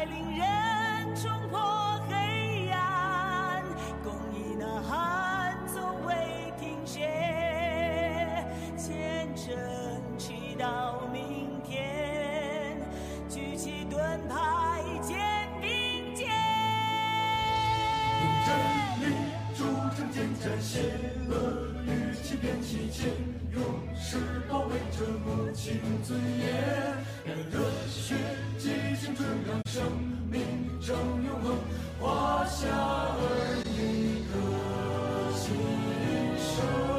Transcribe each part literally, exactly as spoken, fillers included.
带领人冲破黑暗，公益呐喊从未停歇，见证祈祷明天，举起盾牌肩并肩， 用真理筑成坚战，邪恶与欺骗齐肩，勇士保卫着母亲尊严，让热血激青春，让生命正永恒，华夏儿女歌心声。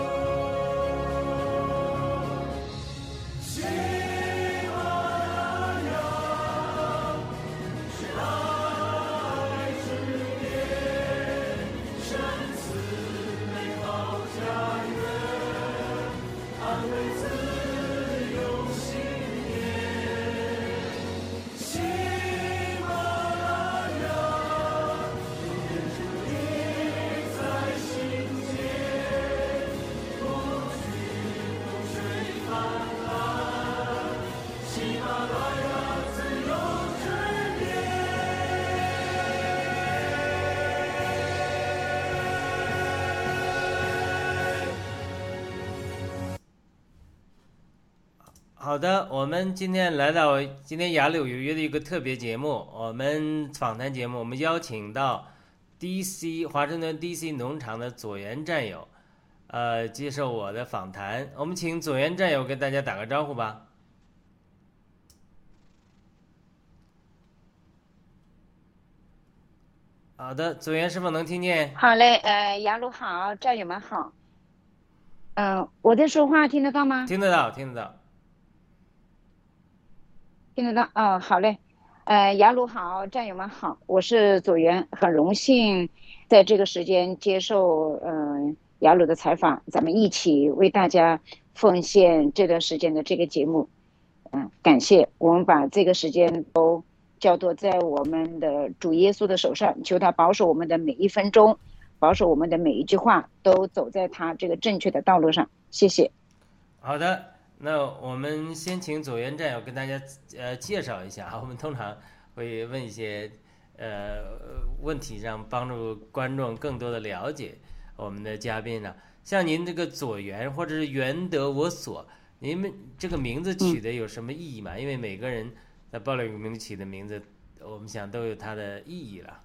喜马拉雅是爱之源，深赐美好家园，安慰自由信念。喜马拉雅永远伫立在心间，不惧风水泛滥，喜马拉雅自由之源。 好的，我们今天来到今天雅鲁有约的一个特别节目，我们访谈节目，我们邀请到 D C 华盛顿 D C 农场的左元战友，呃，接受我的访谈。我们请左元战友跟大家打个招呼吧。好的，左元是否能听见？ 好嘞，呃，雅鲁好，战友们好。嗯、呃，我在说话听得到吗？ 听得到，听得到。 听得到，哦，好嘞。呃，雅鲁好，战友们好，我是左元，很荣幸在这个时间接受嗯、呃、雅鲁的采访，咱们一起为大家奉献这段时间的这个节目。嗯、呃，感谢，我们把这个时间都交托在我们的主耶稣的手上，求他保守我们的每一分钟，保守我们的每一句话都走在他这个正确的道路上。谢谢。 好的。那我们先请左元战友跟大家呃介绍一下，我们通常会问一些呃问题，让帮助观众更多的了解我们的嘉宾呢。像您这个左元或者是元得我所，您们这个名字取的有什么意义吗？因为每个人在暴力革命起的名字，我们想都有它的意义了。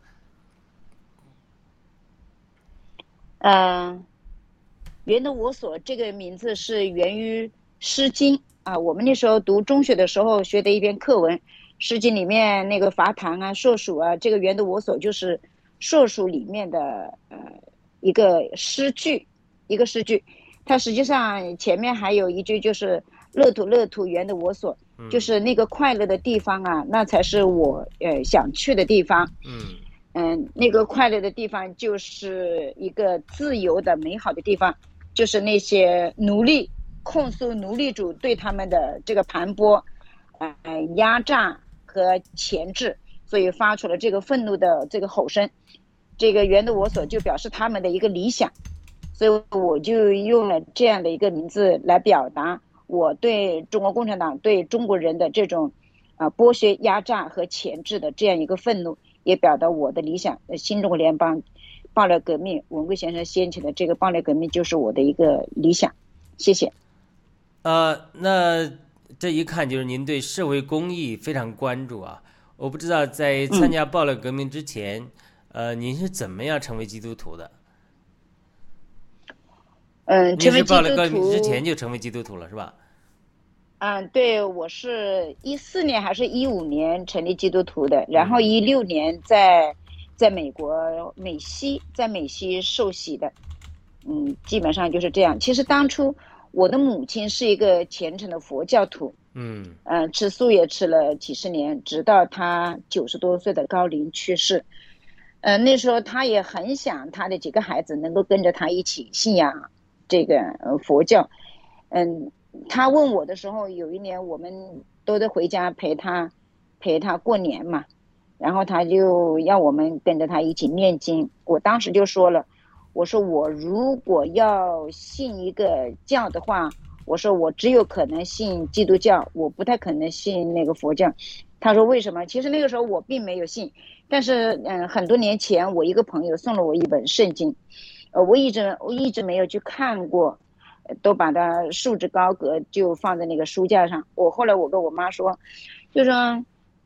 嗯、呃，元得我所这个名字是源于诗经啊，我们那时候读中学的时候学的一篇课文，诗经里面那个伐唐啊、硕鼠啊，这个元得我所就是硕鼠里面的呃一个诗句，一个诗句。它实际上前面还有一句就是乐土乐土元得我所，就是那个快乐的地方啊，那才是我呃想去的地方。 嗯嗯，那个快乐的地方就是一个自由的美好的地方，就是那些奴隶。控诉奴隶主对他们的这个盘剥、呃压榨和钳制，所以发出了这个愤怒的这个吼声。这个元得我所就表示他们的一个理想，所以我就用了这样的一个名字来表达我对中国共产党对中国人的这种啊、呃、剥削、压榨和钳制的这样一个愤怒，也表达我的理想。新中国联邦暴力革命，文贵先生掀起的这个暴力革命就是我的一个理想。谢谢。 呃，那这一看就是您对社会公益非常关注啊！我不知道在参加暴力革命之前，嗯、呃，您是怎么样成为基督徒的？ 嗯， 您是暴力革命之前就成为基督徒了，是吧？ 嗯，对，我是一四年还是一五年成立基督徒的，然后一六年在在美国美西在美西受洗的，嗯，基本上就是这样。其实当初。我的母亲是一个虔诚的佛教徒， 嗯， 呃，吃素也吃了几十年，直到她九十多岁的高龄去世。呃，那时候她也很想她的几个孩子能够跟着她一起信仰这个呃佛教。嗯，她问我的时候，有一年我们都得回家陪她陪她过年嘛，然后她就要我们跟着她一起念经。我当时就说了。我说我如果要信一个教的话， 我说我只有可能信基督教，我不太可能信那个佛教。他说为什么？其实那个时候我并没有信，但是嗯，很多年前我一个朋友送了我一本圣经，呃，我一直我一直没有去看过，都把它束之高阁，就放在那个书架上。我后来我跟我妈说，就说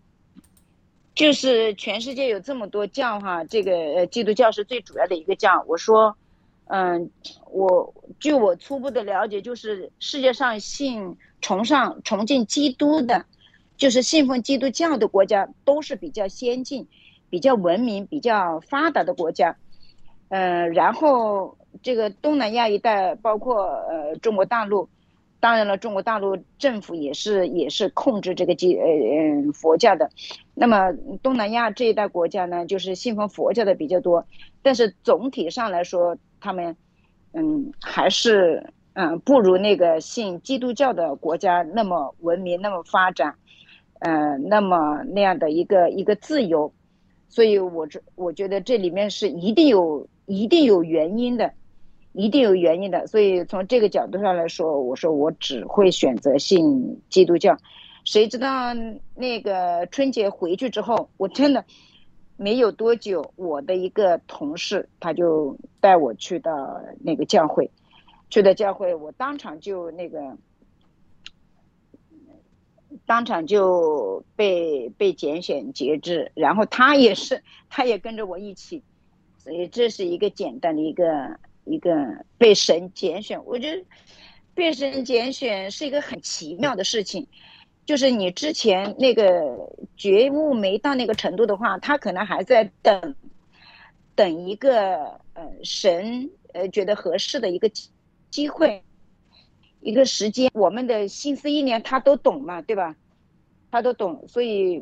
就是全世界有这么多教哈，这个呃基督教是最主要的一个教。我说。嗯，我据我初步的了解，就是世界上信崇尚崇敬基督的，就是信奉基督教的国家，都是比较先进、比较文明、比较发达的国家。呃，然后这个东南亚一带，包括呃中国大陆，当然了，中国大陆政府也是也是控制这个基呃嗯佛教的。那么东南亚这一带国家呢，就是信奉佛教的比较多，但是总体上来说，他们嗯还是嗯不如那个信基督教的国家那么文明，那么发展，呃那么那样的一个一个自由。所以我这我觉得这里面是一定有一定有原因的，一定有原因的。所以从这个角度上来说，我说我只会选择信基督教。谁知道那个春节回去之后，我真的没有多久，我的一个同事他就带我去到那个教会，去的教会，我当场就那个，当场就被被拣选节制，然后他也是，他也跟着我一起，所以这是一个简单的一个一个被神拣选。我觉得被神拣选是一个很奇妙的事情。就是你之前那个觉悟没到那个程度的话，他可能还在等等一个呃神呃觉得合适的一个机会，一个时间。我们的心思意念他都懂嘛，对吧？他都懂，所以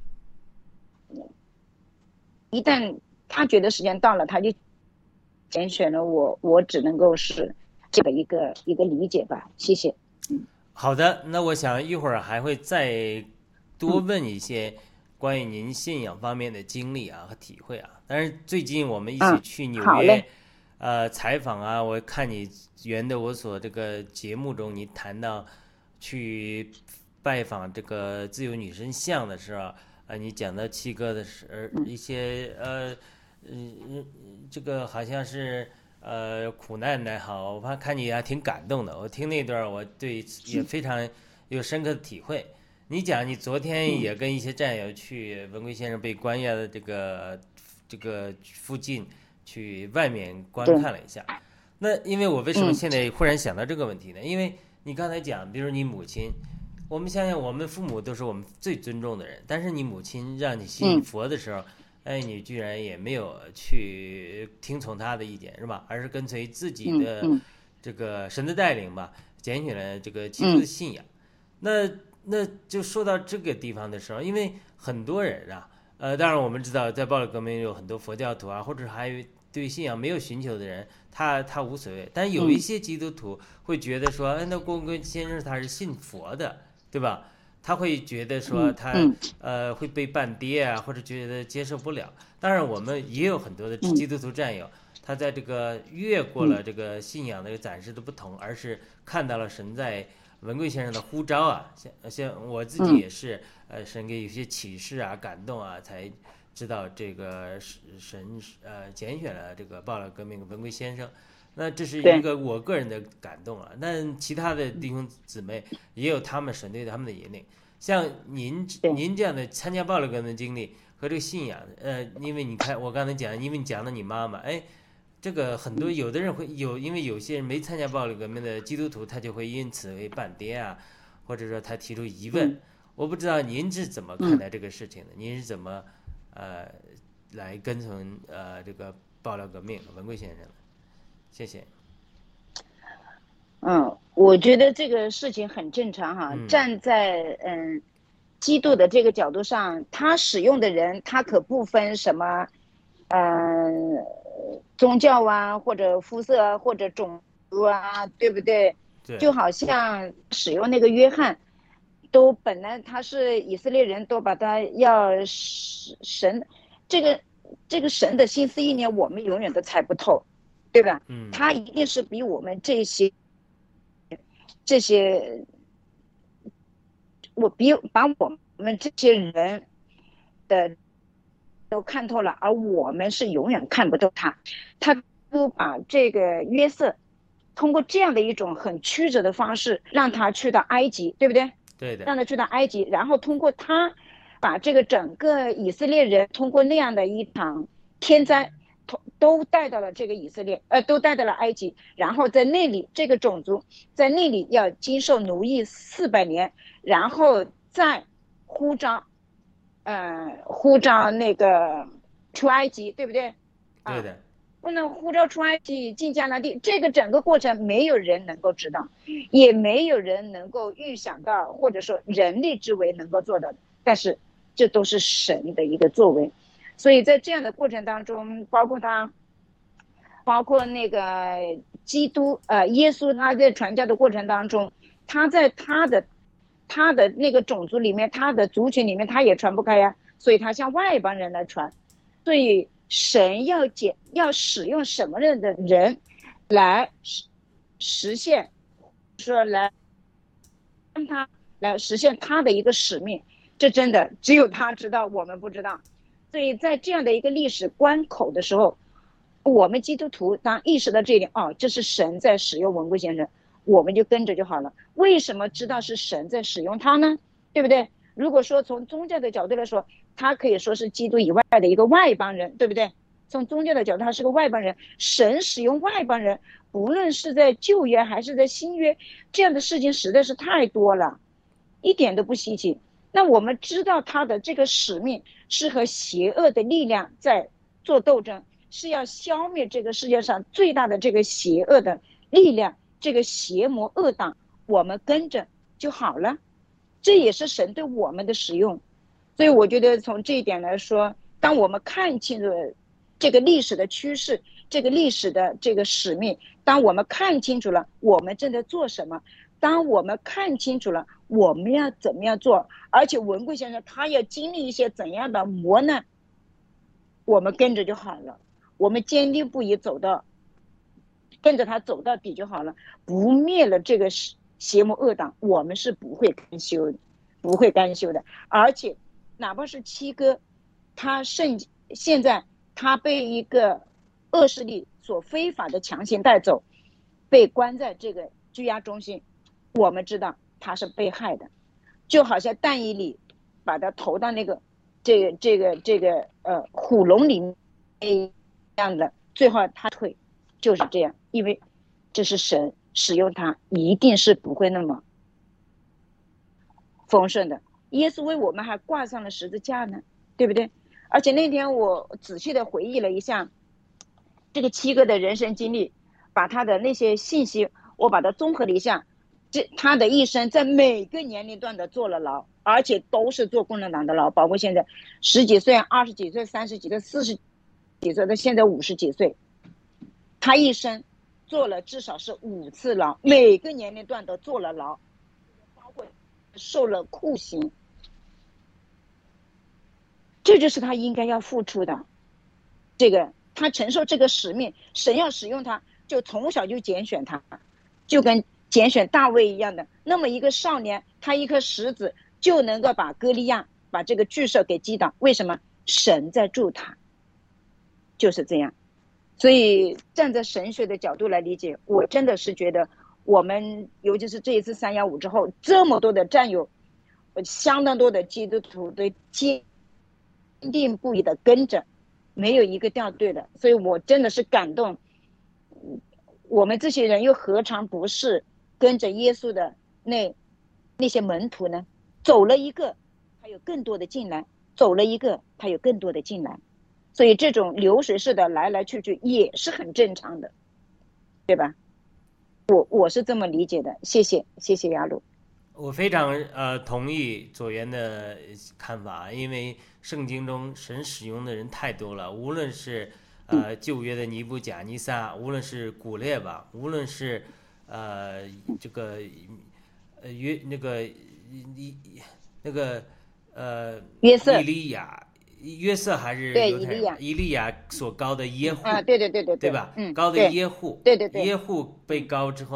一旦他觉得时间到了，他就拣选了我，我只能够是这个一个一个理解吧。谢谢。 好的，那我想一会儿还会再多问一些关于您信仰方面的经历啊和体会啊。但是最近我们一起去纽约，呃，采访啊，我看你原的我所这个节目中，你谈到去拜访这个自由女神像的时候，啊，你讲到七哥的是一些呃，嗯，这个好像是。呃，苦难也好，我看你还挺感动的。我听那段，我对也非常有深刻的体会。你讲你昨天也跟一些战友去文贵先生被关押的这个这个附近去外面观看了一下。那因为我为什么现在忽然想到这个问题呢？因为你刚才讲，比如你母亲，我们想想，我们父母都是我们最尊重的人，但是你母亲让你信佛的时候。哎，你居然也没有去听从他的意见，是吧？而是跟随自己的这个神的带领吧，拣选了这个基督的信仰。那那就说到这个地方的时候，因为很多人啊，呃，当然我们知道，在暴力革命有很多佛教徒啊，或者还有对信仰没有寻求的人，他他无所谓。但有一些基督徒会觉得说，哎，那郭文贵先生他是信佛的，对吧？他会觉得说他呃会被办跌啊，或者觉得接受不了。当然，我们也有很多的基督徒战友，他在这个越过了这个信仰的暂时的不同，而是看到了神在文贵先生的呼召啊。像像我自己也是，呃，神给有些启示啊、感动啊，才知道这个神呃拣选了这个暴乱革命文贵先生。那这是一个我个人的感动啊，但其他的弟兄姊妹也有他们神对他们的引领。像您您这样的参加暴力革命的经历和这个信仰，呃，因为你看我刚才讲，因为你讲了你妈妈，哎，这个很多有的人会有，因为有些人没参加暴力革命的基督徒，他就会因此为半跌啊，或者说他提出疑问。我不知道您是怎么看待这个事情的？您是怎么呃来跟从呃这个暴力革命文贵先生的？谢谢。 嗯，我觉得这个事情很正常哈。 嗯、 站在嗯基督的这个角度上，他使用的人，他可不分什么，嗯、呃，宗教啊，或者肤色啊，或者种族啊，对不对？ 对。 就好像使用那个约翰，都本来他是以色列人，都把他要神，这个这个神的心思意念，我们永远都猜不透。对吧？ 嗯， 他一定是比我们这些这些，我比把我们这些人的都看透了，而我们是永远看不透他。他都把这个约瑟通过这样的一种很曲折的方式，让他去到埃及，对不对？ 对的， 让他去到埃及，然后通过他把这个整个以色列人通过那样的一场天灾都带到了这个以色列，呃，都带到了埃及，然后在那里这个种族在那里要经受奴役四百年，然后再呼召，呃，呼召那个出埃及，对不对？ 对的。 啊，不能呼召出埃及进迦南地，这个整个过程没有人能够知道，也没有人能够预想到，或者说人力之为能够做到的，但是这都是神的一个作为。所以在这样的过程当中，包括他，包括那个基督，呃，耶稣他在传教的过程当中，他在他的他的那个种族里面，他的族群里面，他也传不开呀，所以他向外邦人来传。所以神要解要使用什么样的人来实现，说来让他来实现他的一个使命，这真的只有他知道，我们不知道。所以在这样的一个历史关口的时候，我们基督徒当意识到这一点，哦，这是神在使用文贵先生，我们就跟着就好了。为什么知道是神在使用他呢？对不对？如果说从宗教的角度来说，他可以说是基督以外的一个外邦人，对不对？从宗教的角度，他是个外邦人。神使用外邦人，不论是在旧约还是在新约，这样的事情实在是太多了，一点都不稀奇。那我们知道他的这个使命是和邪恶的力量在做斗争，是要消灭这个世界上最大的这个邪恶的力量，这个邪魔恶党，我们跟着就好了。这也是神对我们的使用。所以我觉得从这一点来说，当我们看清楚这个历史的趋势，这个历史的这个使命，当我们看清楚了我们正在做什么，当我们看清楚了我们要怎么样做，而且文贵先生他要经历一些怎样的磨难，我们跟着就好了，我们坚定不移走到跟着他走到底就好了。不灭了这个邪魔恶党，我们是不会甘休的，不会甘休的。而且哪怕是七哥，他甚现在他被一个恶势力所非法的强行带走，被关在这个拘押中心，我们知道他是被害的，就好像但以理把他投到那个这个这个这个呃虎笼里面一样的，最后他退，就是这样，因为这是神使用他，一定是不会那么丰盛的。耶稣为我们还挂上了十字架呢，对不对？而且那天我仔细的回忆了一下这个七哥的人生经历，把他的那些信息我把它综合了一下，这他的一生在每个年龄段的坐了牢，而且都是做共产党的牢，包括现在十几岁、二十几岁、三十几岁、四十几岁的，现在五十几岁，他一生坐了至少是五次牢，每个年龄段都坐了牢，包括受了酷刑，这就是他应该要付出的。这个他承受这个使命，神要使用他，就从小就拣选他，就跟拣选大卫一样的。那么一个少年，他一颗石子就能够把歌利亚把这个巨兽给击倒，为什么？神在助他，就是这样。所以站在神学的角度来理解，我真的是觉得我们尤其是这一次三一五之后，这么多的战友，相当多的基督徒都坚定不移的跟着，没有一个掉队的。所以我真的是感动，我们这些人又何尝不是跟着耶稣的那那些门徒呢？走了一个，他有更多的进来；走了一个，他有更多的进来。所以这种流水式的来来去去也是很正常的，对吧？我我是这么理解的。谢谢，谢谢雅鲁。 我非常呃同意左元的看法，因为圣经中神使用的人太多了，无论是呃旧约的尼布甲尼撒，无论是古列吧，无论是呃这个呃约那个那个呃约瑟、 以利亚。约瑟还是对犹太人，以利亚所高的耶户啊，对对对对对吧？ 嗯， 高的耶户， 对对对， 耶户被高之后，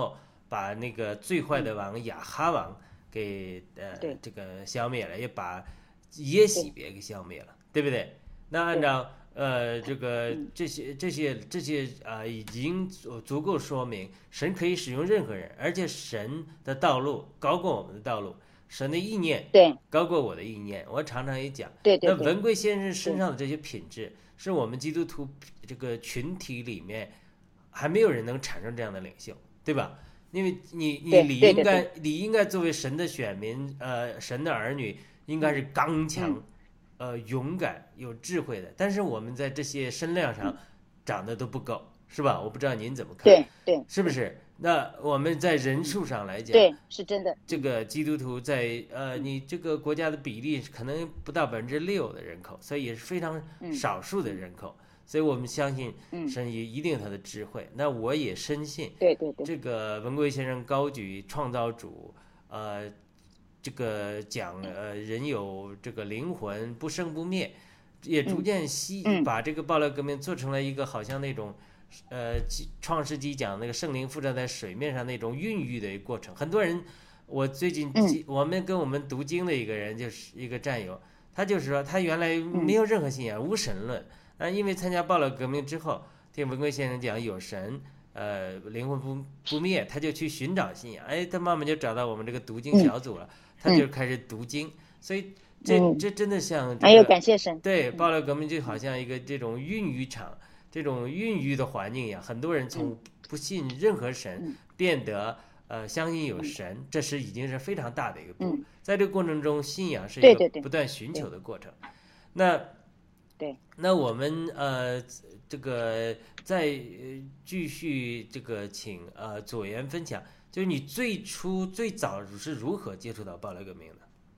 把那个最坏的王亚哈王给呃这个消灭了，也把耶洗别给消灭了，对不对？那按照呃这个这些这些这些啊、呃，已经足够说明神可以使用任何人，而且神的道路高过我们的道路。神的意念对高过我的意念，我常常也讲， 对对对那文贵先生身上的这些品质，是我们基督徒这个群体里面还没有人能产生这样的领袖，对吧？因为你你理应该理应该作为神的选民，呃，神的儿女，应该是刚强、嗯、呃，勇敢、有智慧的。但是我们在这些身量上长得都不够，是吧？我不知道您怎么看？ 对对， 是不是？那我们在人数上来讲， 对，是真的。 这个基督徒在呃，你这个国家的比例可能不到百分之六的人口，所以也是非常少数的人口。嗯、所以我们相信神也一定有他的智慧。嗯、那我也深信， 对对对， 这个文贵先生高举创造主，呃，这个讲呃人有这个灵魂不生不灭，也逐渐吸、嗯、把这个爆料革命做成了一个好像那种。呃，创世纪讲那个圣灵附着在水面上那种孕育的一个过程，很多人，我最近、嗯、我们跟我们读经的一个人就是一个战友，他就是说他原来没有任何信仰，嗯、无神论，啊，因为参加爆料革命之后，听文贵先生讲有神，呃，灵魂不不灭，他就去寻找信仰，哎，他慢慢就找到我们这个读经小组了，嗯、他就开始读经，所以这、嗯、这真的像、这个， 哎呦，感谢神， 对，爆料革命就好像一个这种孕育场。这种孕育的环境呀，很多人从不信任何神，变得呃相信有神，这是已经是非常大的一个步。在这个过程中，信仰是一个不断寻求的过程。那对， 那我们呃这个再继续这个请呃左岩分享，就是你最初最早是如何接触到爆料革命的？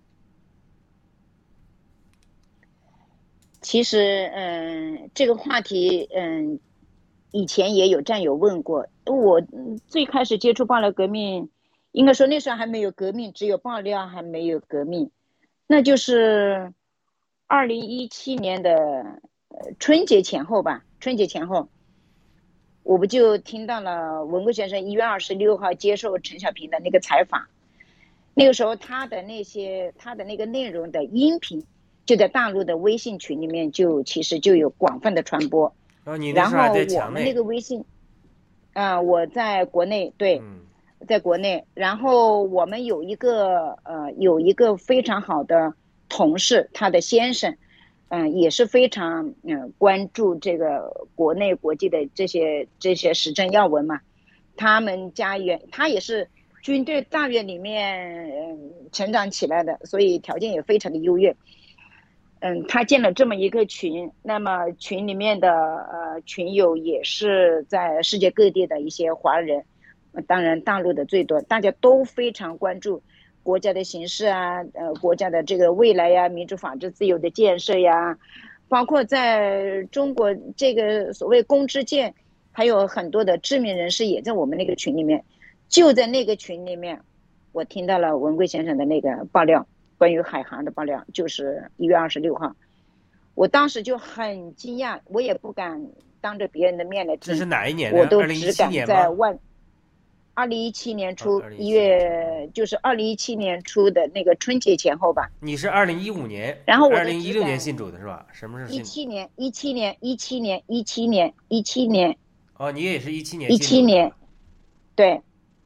其实，嗯，这个话题，嗯，以前也有战友问过我。最开始接触爆料革命，应该说那时候还没有革命，只有爆料，还没有革命。那就是二零一七年的春节前后吧，春节前后，我不就听到了文贵先生一月二十六号接受陈小平的那个采访，那个时候他的那些他的那个内容的音频。就在大陆的微信群里面就其实就有广泛的传播。 哦、你那时候还在墙内。 然后我们那个微信啊、呃，我在国内，对、嗯、在国内。然后我们有一个呃有一个非常好的同事，他的先生嗯、呃、也是非常嗯、呃、关注这个国内国际的这些这些时政要闻嘛。他们家园他也是军队大院里面、呃、成长起来的，所以条件也非常的优越。嗯，他建了这么一个群，那么群里面的呃群友也是在世界各地的一些华人，当然大陆的最多，大家都非常关注国家的形势啊，呃国家的这个未来呀，民主法治自由的建设呀，包括在中国这个所谓公知界，还有很多的知名人士也在我们那个群里面。就在那个群里面，我听到了文贵先生的那个爆料。关于海航的爆料，就是一月二十六号，我当时就很惊讶，我也不敢当着别人的面来听。 这是哪一年？ 我都只敢在万二零一七年初一月，就是二零一七年初的那个春节前后吧。 你是二零一五年， 然后我二零一六年信主的是吧？什么时候信？ 一七年，一七年，一七年，一七年，一七年。 哦，你也是一七年。 一七年，对。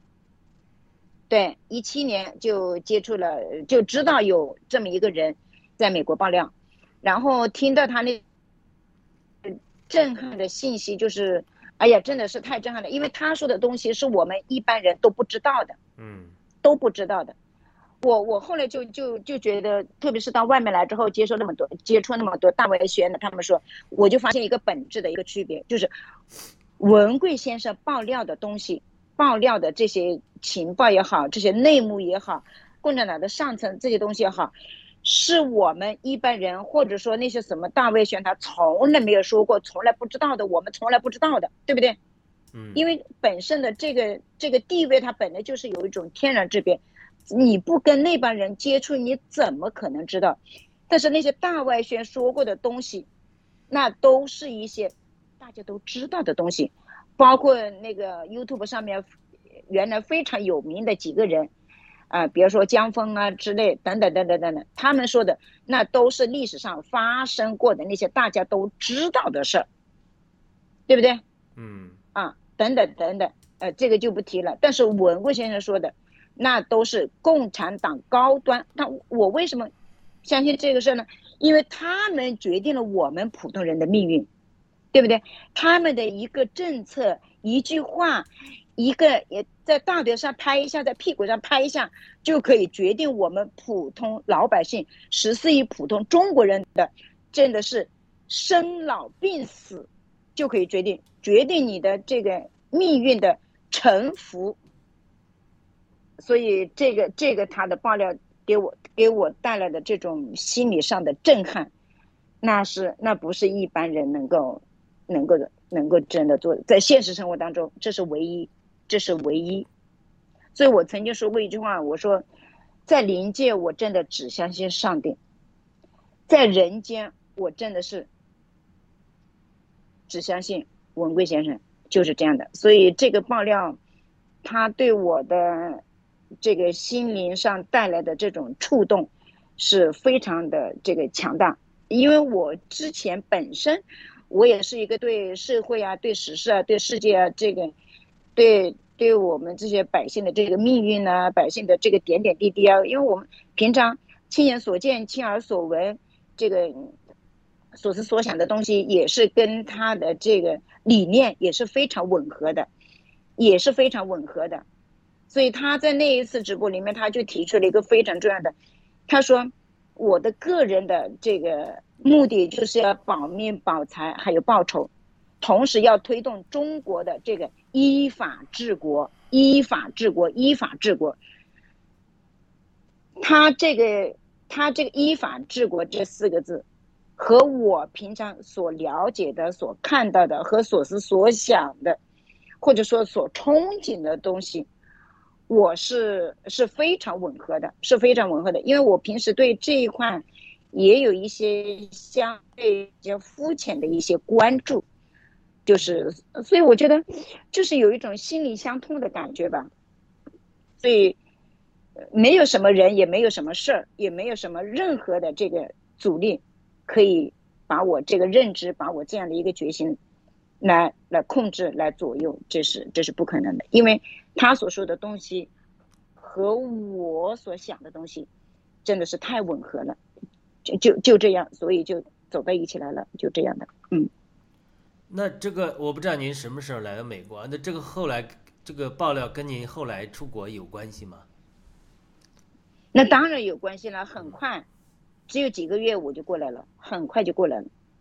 对，一七年就接触了，就知道有这么一个人在美国爆料，然后听到他那震撼的信息，就是哎呀，真的是太震撼了，因为他说的东西是我们一般人都不知道的， 嗯， 都不知道的。我我后来就就就觉得，特别是到外面来之后，接受那么多接触那么多大外宣的，他们说，我就发现一个本质的一个区别，就是文贵先生爆料的东西。爆料的这些情报也好，这些内幕也好，共产党的上层这些东西也好，是我们一般人或者说那些什么大外宣他从来没有说过，从来不知道的，我们从来不知道的，对不对？ 嗯， 因为本身的这个这个地位，它本来就是有一种天然之别，你不跟那帮人接触，你怎么可能知道？但是那些大外宣说过的东西，那都是一些大家都知道的东西。包括那个 YouTube 上面原来非常有名的几个人啊、呃，比如说江峰啊之类等等等等等等，他们说的那都是历史上发生过的那些大家都知道的事儿，对不对？ 嗯啊，等等等等，呃，这个就不提了。但是文贵先生说的，那都是共产党高端。那我为什么相信这个事呢？因为他们决定了我们普通人的命运，对不对？他们的一个政策，一句话，一个也在大腿上拍一下，在屁股上拍一下，就可以决定我们普通老百姓十四亿普通中国人的，真的是生老病死，就可以决定决定你的这个命运的沉浮。所以这个这个他的爆料给我给我带来的这种心理上的震撼，那是那不是一般人能够能够能够真的做，在现实生活当中，这是唯一，这是唯一。所以我曾经说过一句话，我说，在灵界我真的只相信上帝，在人间我真的是只相信文贵先生，就是这样的。所以这个爆料，他对我的这个心灵上带来的这种触动，是非常的这个强大。因为我之前本身，我也是一个对社会啊、对时事啊、对世界啊，这个对对我们这些百姓的这个命运啊、百姓的这个点点滴滴啊，因为我们平常亲眼所见、亲耳所闻，这个所思所想的东西，也是跟他的这个理念也是非常吻合的，也是非常吻合的。所以他在那一次直播里面，他就提出了一个非常重要的，他说我的个人的这个目的就是要保命保财还有报仇，同时要推动中国的这个依法治国，依法治国，依法治国。他这个他这个依法治国这四个字，和我平常所了解的、所看到的和所思所想的，或者说所憧憬的东西，我是是非常吻合的，是非常吻合的。因为我平时对这一块也有一些相对比较肤浅的一些关注，就是所以我觉得就是有一种心灵相通的感觉吧。所以没有什么人，也没有什么事儿，也没有什么任何的这个阻力，可以把我这个认知，把我这样的一个决心来来控制，来左右，这是这是不可能的。因为他所说的东西和我所想的东西真的是太吻合了，就就就这样，所以就走到一起来了，就这样的。嗯， 那这个我不知道您什么时候来到美国，那这个后来这个爆料跟您后来出国有关系吗？ 那当然有关系了，很快，只有几个月我就过来了，很快就过来了，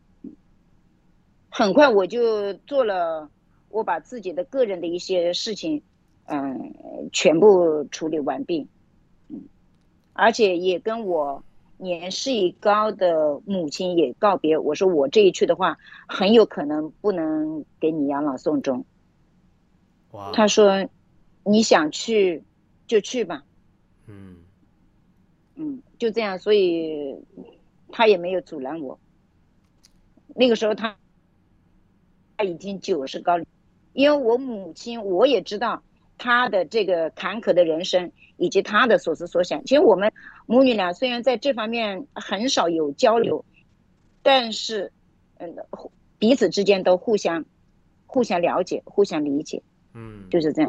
很快我就做了，我把自己的个人的一些事情，嗯，全部处理完毕，嗯，而且也跟我年事已高的母亲也告别，我说我这一去的话，很有可能不能给你养老送终。 哇， 他说，你想去就去吧。 嗯嗯，就这样，所以他也没有阻拦我。那个时候他他已经九十高龄，因为我母亲我也知道她的这个坎坷的人生以及她的所思所想。其实我们母女俩虽然在这方面很少有交流，但是嗯，彼此之间都互相互相了解，互相理解， 嗯， 就是这样。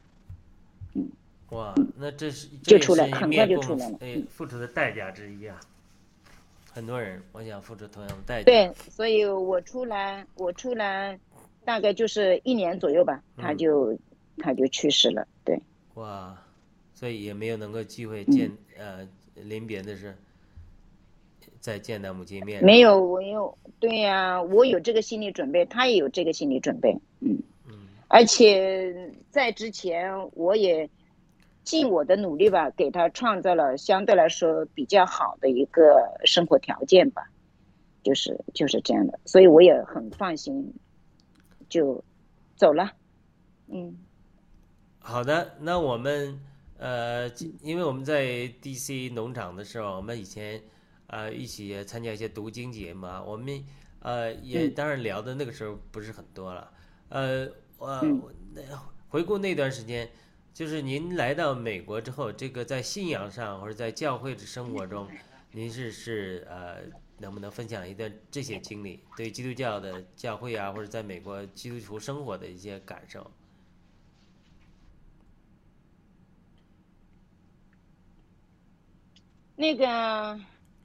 哇，那这是就出来，很快就出来了。 哎，付出的代价之一啊！很多人，我想付出同样的代价。 对，所以我出来，我出来，大概就是一年左右吧，他就、嗯、他就去世了。对， 哇，所以也没有能够机会见、嗯、呃临别的是再见到母亲面。 没有，我有对呀、啊，我有这个心理准备，他也有这个心理准备。嗯嗯，而且在之前我也尽我的努力吧，给他创造了相对来说比较好的一个生活条件吧，就是就是这样的，所以我也很放心，就走了。嗯， 好的，那我们呃，因为我们在 D C 农场的时候，我们以前呃一起参加一些读经节目啊，我们呃也当然聊的那个时候不是很多了，呃我、嗯、回顾那段时间。 就是您来到美国之后，这个在信仰上或者在教会的生活中，您是是呃，能不能分享一段这些经历，对基督教的教会啊，或者在美国基督徒生活的一些感受？ 那个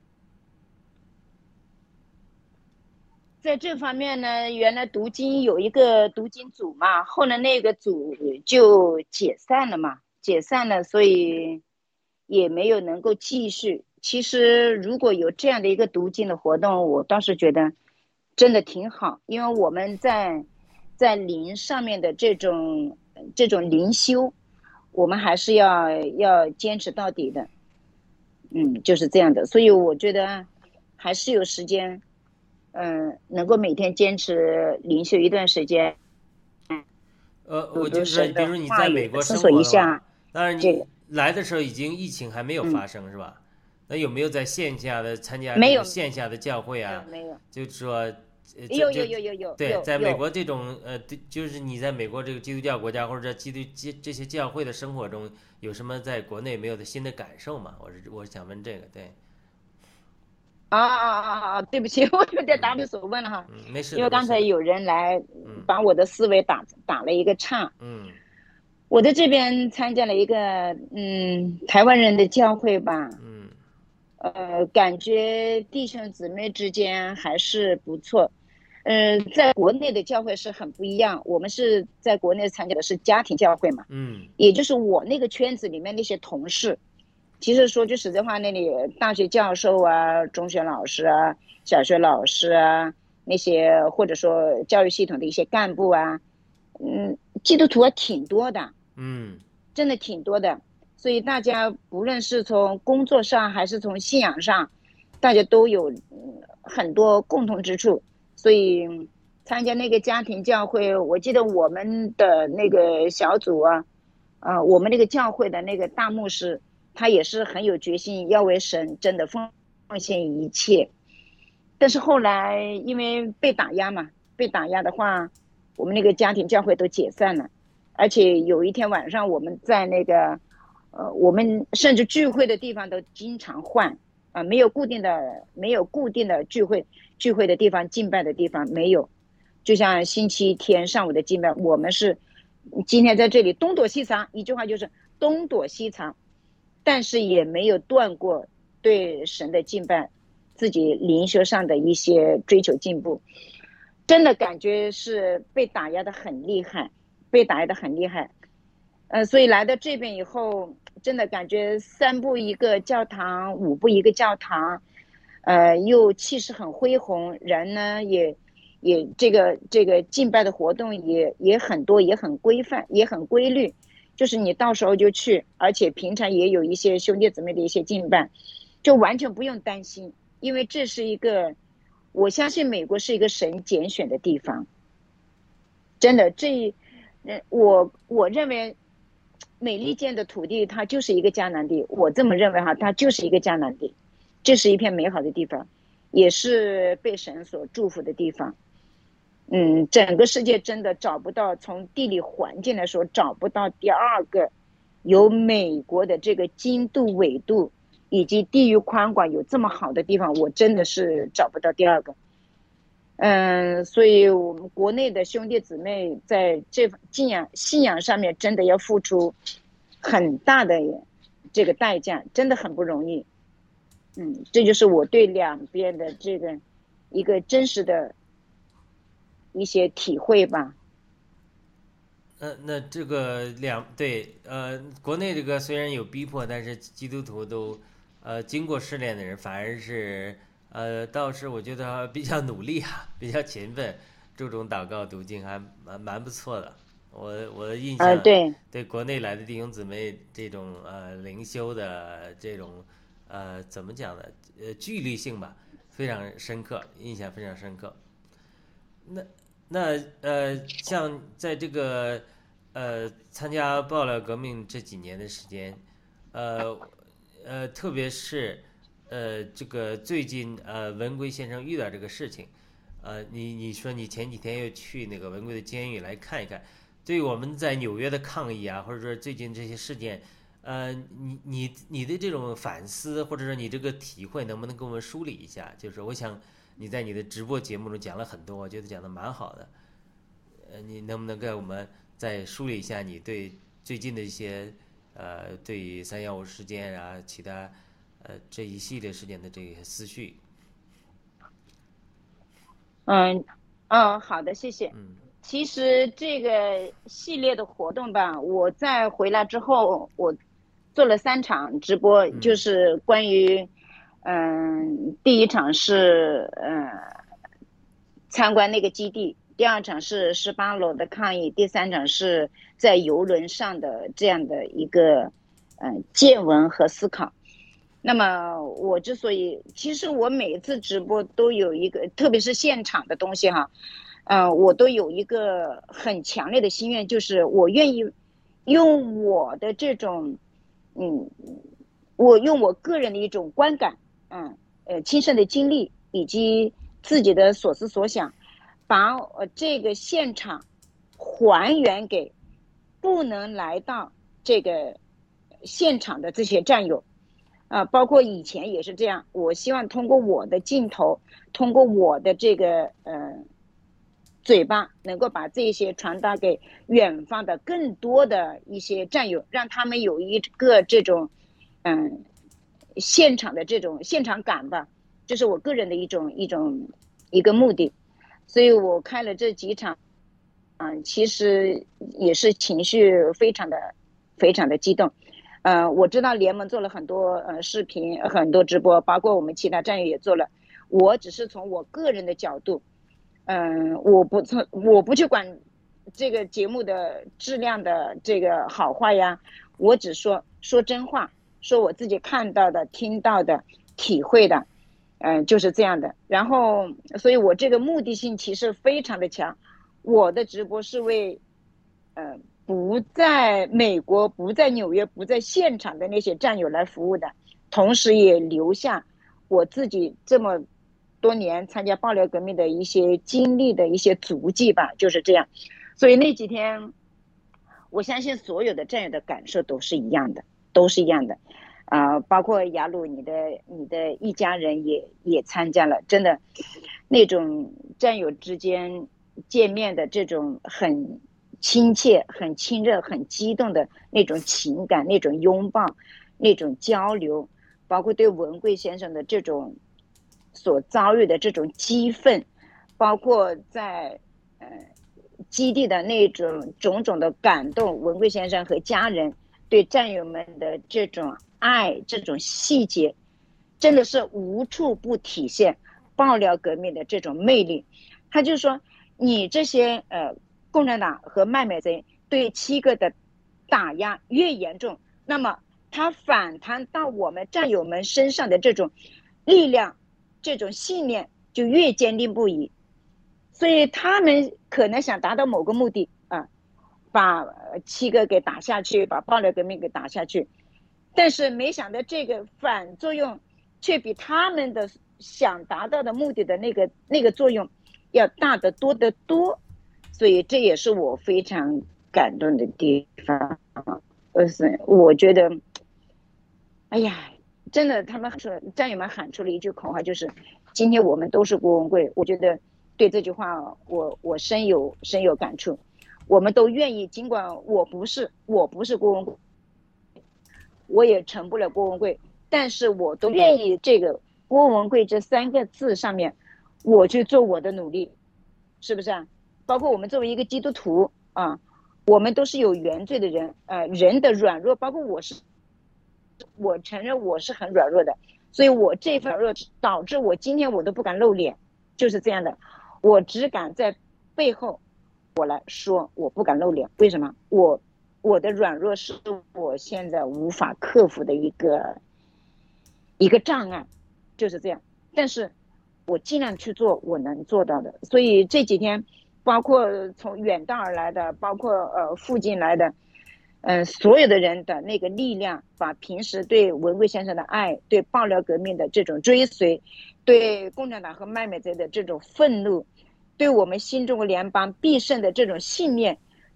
在这方面呢，原来读经有一个读经组嘛，后来那个组就解散了嘛，解散了，所以也没有能够继续。其实如果有这样的一个读经的活动，我倒是觉得真的挺好，因为我们在在灵上面的这种这种灵修，我们还是要要坚持到底的。嗯，就是这样的，所以我觉得还是有时间，嗯，能够每天坚持灵修一段时间， 呃， 读我就是说， 读神的比如你话语， 在美国思索生活的话， 一下当然你这个。 来的时候已经疫情还没有嗯， 发生，是吧？那有没有在线下的参加这个没有， 线下的教会没有， 啊？ 没有， 就是说，呃，这有就有有有有对， 有有， 在美国这种呃，对，就是你在美国这个基督教国家或者基督这这些教会的生活中，有什么在国内没有的新的感受吗？我是我是想问这个，对， 啊啊啊啊！啊对不起，我有点答嗯你所问了哈， 嗯，没事因为的，没事的， 刚才有人来嗯把我的思维打打了一个岔。 嗯我在这边参加了一个嗯台湾人的教会吧， 嗯呃，感觉弟兄姊妹之间还是不错。嗯、呃，在国内的教会是很不一样，我们是在国内参加的是家庭教会嘛， 嗯也就是我那个圈子里面那些同事，其实说句实在话，那里大学教授啊、中学老师啊、小学老师啊，那些或者说教育系统的一些干部啊，嗯，基督徒还挺多的， 嗯真的挺多的。所以大家不论是从工作上还是从信仰上，大家都有嗯很多共同之处。所以参加那个家庭教会，我记得我们的那个小组啊，啊、我们那个教会的那个大牧师，他也是很有决心，要为神真的奉奉献一切。但是后来因为被打压嘛，被打压的话，我们那个家庭教会都解散了。而且有一天晚上，我们在那个，呃，我们甚至聚会的地方都经常换啊、呃没有固定的，没有固定的聚会聚会的地方，敬拜的地方没有。就像星期天上午的敬拜，我们是今天在这里东躲西藏，一句话就是东躲西藏，但是也没有断过对神的敬拜，自己灵修上的一些追求进步。真的感觉是被打压的很厉害，被打压的很厉害。呃，所以来到这边以后，真的感觉三步一个教堂，五步一个教堂，呃，又气势很恢宏，人呢也也这个这个敬拜的活动也也很多，也很规范，也很规律。就是你到时候就去，而且平常也有一些兄弟姊妹的一些敬拜，就完全不用担心，因为这是一个，我相信美国是一个神拣选的地方，真的，这，呃我我认为美利坚的土地它就是一个迦南地，我这么认为哈，它就是一个迦南地，这是一片美好的地方，也是被神所祝福的地方。嗯，整个世界真的找不到，从地理环境来说，找不到第二个有美国的这个经度纬度以及地域宽广有这么好的地方，我真的是找不到第二个。嗯，所以我们国内的兄弟姊妹在这信仰信仰上面真的要付出很大的这个代价，真的很不容易。嗯，这就是我对两边的这个一个真实的一些体会吧。 那那这个两对呃，国内这个虽然有逼迫，但是基督徒都呃经过试炼的人，反而是呃倒是我觉得比较努力啊，比较勤奋，注重祷告读经，还蛮蛮不错的。我我的印呃， 象对， 对国内来的弟兄姊妹这种呃灵修的这种呃怎么讲呢？呃，纪律性吧，非常深刻，印象非常深刻。那那呃，像在这个呃参加爆料革命这几年的时间，呃呃，特别是呃这个最近呃文贵先生遇到这个事情，呃，你你说你前几天又去那个文贵的监狱来看一看， 对于我们在纽约的抗议啊，或者说最近这些事件，呃，你你你的这种反思，或者说你这个体会，能不能给我们梳理一下？就是我想你在你的直播节目中讲了很多，我觉得讲的蛮好的。呃，你能不能给我们再梳理一下你对最近的一些呃，对于三幺五事件啊，其他呃这一系列事件的这个思绪？ 嗯嗯，好的，谢谢。 嗯其实这个系列的活动吧，我在回来之后，我做了三场直播，就嗯是关于，嗯，第一场是嗯参观那个基地，第二场是十八楼的抗议，第三场是在游轮上的这样的一个嗯见闻和思考。那么我之所以，其实我每一次直播都有一个，特别是现场的东西哈，呃，我都有一个很强烈的心愿，就是我愿意用我的这种，嗯，我用我个人的一种观感，嗯，呃，亲身的经历以及自己的所思所想，把呃这个现场还原给不能来到这个现场的这些战友。啊、呃，包括以前也是这样。我希望通过我的镜头，通过我的这个呃嘴巴，能够把这些传达给远方的更多的一些战友，让他们有一个这种嗯现场的这种现场感吧。这是我个人的一种一种一个目的。所以我开了这几场，啊、呃，其实也是情绪非常的非常的激动。呃，我知道联盟做了很多呃视频，很多直播，包括我们其他战友也做了。我只是从我个人的角度，嗯、呃，我不从我不去管这个节目的质量的这个好坏呀，我只说说真话，说我自己看到的、听到的、体会的，嗯、呃，就是这样的。然后，所以我这个目的性其实非常的强。我的直播是为，呃。不在美国、不在纽约、不在现场的那些战友来服务的，同时也留下我自己这么多年参加爆料革命的一些经历的一些足迹吧，就是这样。所以那几天，我相信所有的战友的感受都是一样的，都是一样的。啊、呃，包括雅鲁，你的你的一家人也也参加了，真的，那种战友之间见面的这种很亲切、很亲热、很激动的那种情感、那种拥抱、那种交流，包括对文贵先生的这种所遭遇的这种激愤，包括在呃基地的那种种种的感动，文贵先生和家人对战友们的这种爱、这种细节，真的是无处不体现爆料革命的这种魅力。他就说，你这些呃。共产党和卖美贼对七个的打压越严重，那么它反弹到我们战友们身上的这种力量、这种信念就越坚定不移。所以他们可能想达到某个目的啊，把七个给打下去，把爆料革命给打下去，但是没想到这个反作用却比他们的想达到的目的的那个那个作用要大得多得多。所以这也是我非常感动的地方。呃，是我觉得，哎呀，真的，他们说战友们喊出了一句口号，就是“今天我们都是郭文贵”。我觉得对这句话，我我深有深有感触。我们都愿意，尽管我不是我不是郭文贵，我也成不了郭文贵，但是我都愿意这个郭文贵这三个字上面，我去做我的努力，是不是啊？包括我们作为一个基督徒啊，我们都是有原罪的人，呃，人的软弱，包括我是，我承认我是很软弱的，所以我这份软弱导致我今天我都不敢露脸，就是这样的，我只敢在背后我来说，我不敢露脸，为什么？我我的软弱是我现在无法克服的一个一个障碍，就是这样，但是我尽量去做我能做到的，所以这几天。包括从远道而来的，包括呃附近来的，嗯、呃，所有的人的那个力量，把平时对文贵先生的爱，对爆料革命的这种追随，对共产党和卖美贼的这种愤怒，对我们新中国联邦必胜的这种信念，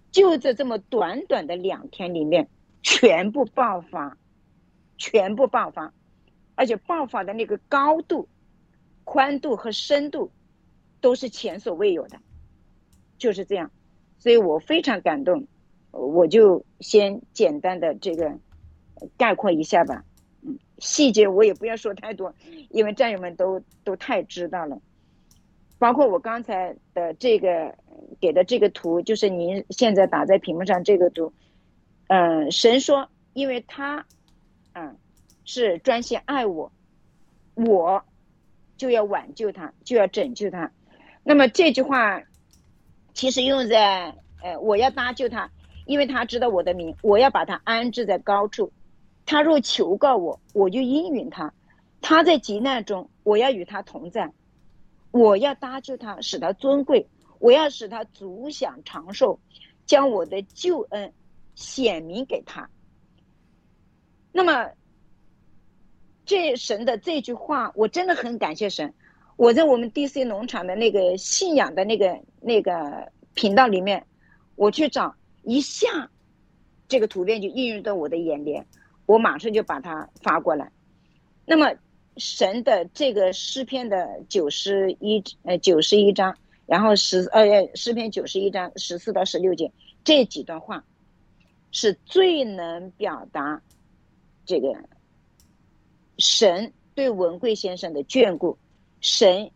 就在这么短短的两天里面，全部爆发，全部爆发，而且爆发的那个高度、宽度和深度都是前所未有的，就是这样。所以我非常感动，我就先简单的这个概括一下吧。嗯，细节我也不要说太多，因为战友们都都太知道了。包括我刚才的这个给的这个图，就是您现在打在屏幕上这个图。嗯，神说，因为他，嗯，是专心爱我，我就要挽救他，就要拯救他。那么这句话其实用在呃，我要搭救他，因为他知道我的名，我要把他安置在高处。他若求告我，我就应允他。他在急难中，我要与他同在。我要搭救他，使他尊贵，我要使他足享长寿，将我的救恩显明给他。那么这神的这句话，我真的很感谢神。我在我们 D C 农场的那个信仰的那个那个频道里面，我去找一下，这个图片就映入到我的眼帘，我马上就把它发过来。那么神的这个诗篇的九十一呃九十一章，然后十呃诗篇九十一章十四到十六节这几段话，是最能表达这个神对文贵先生的眷顾。神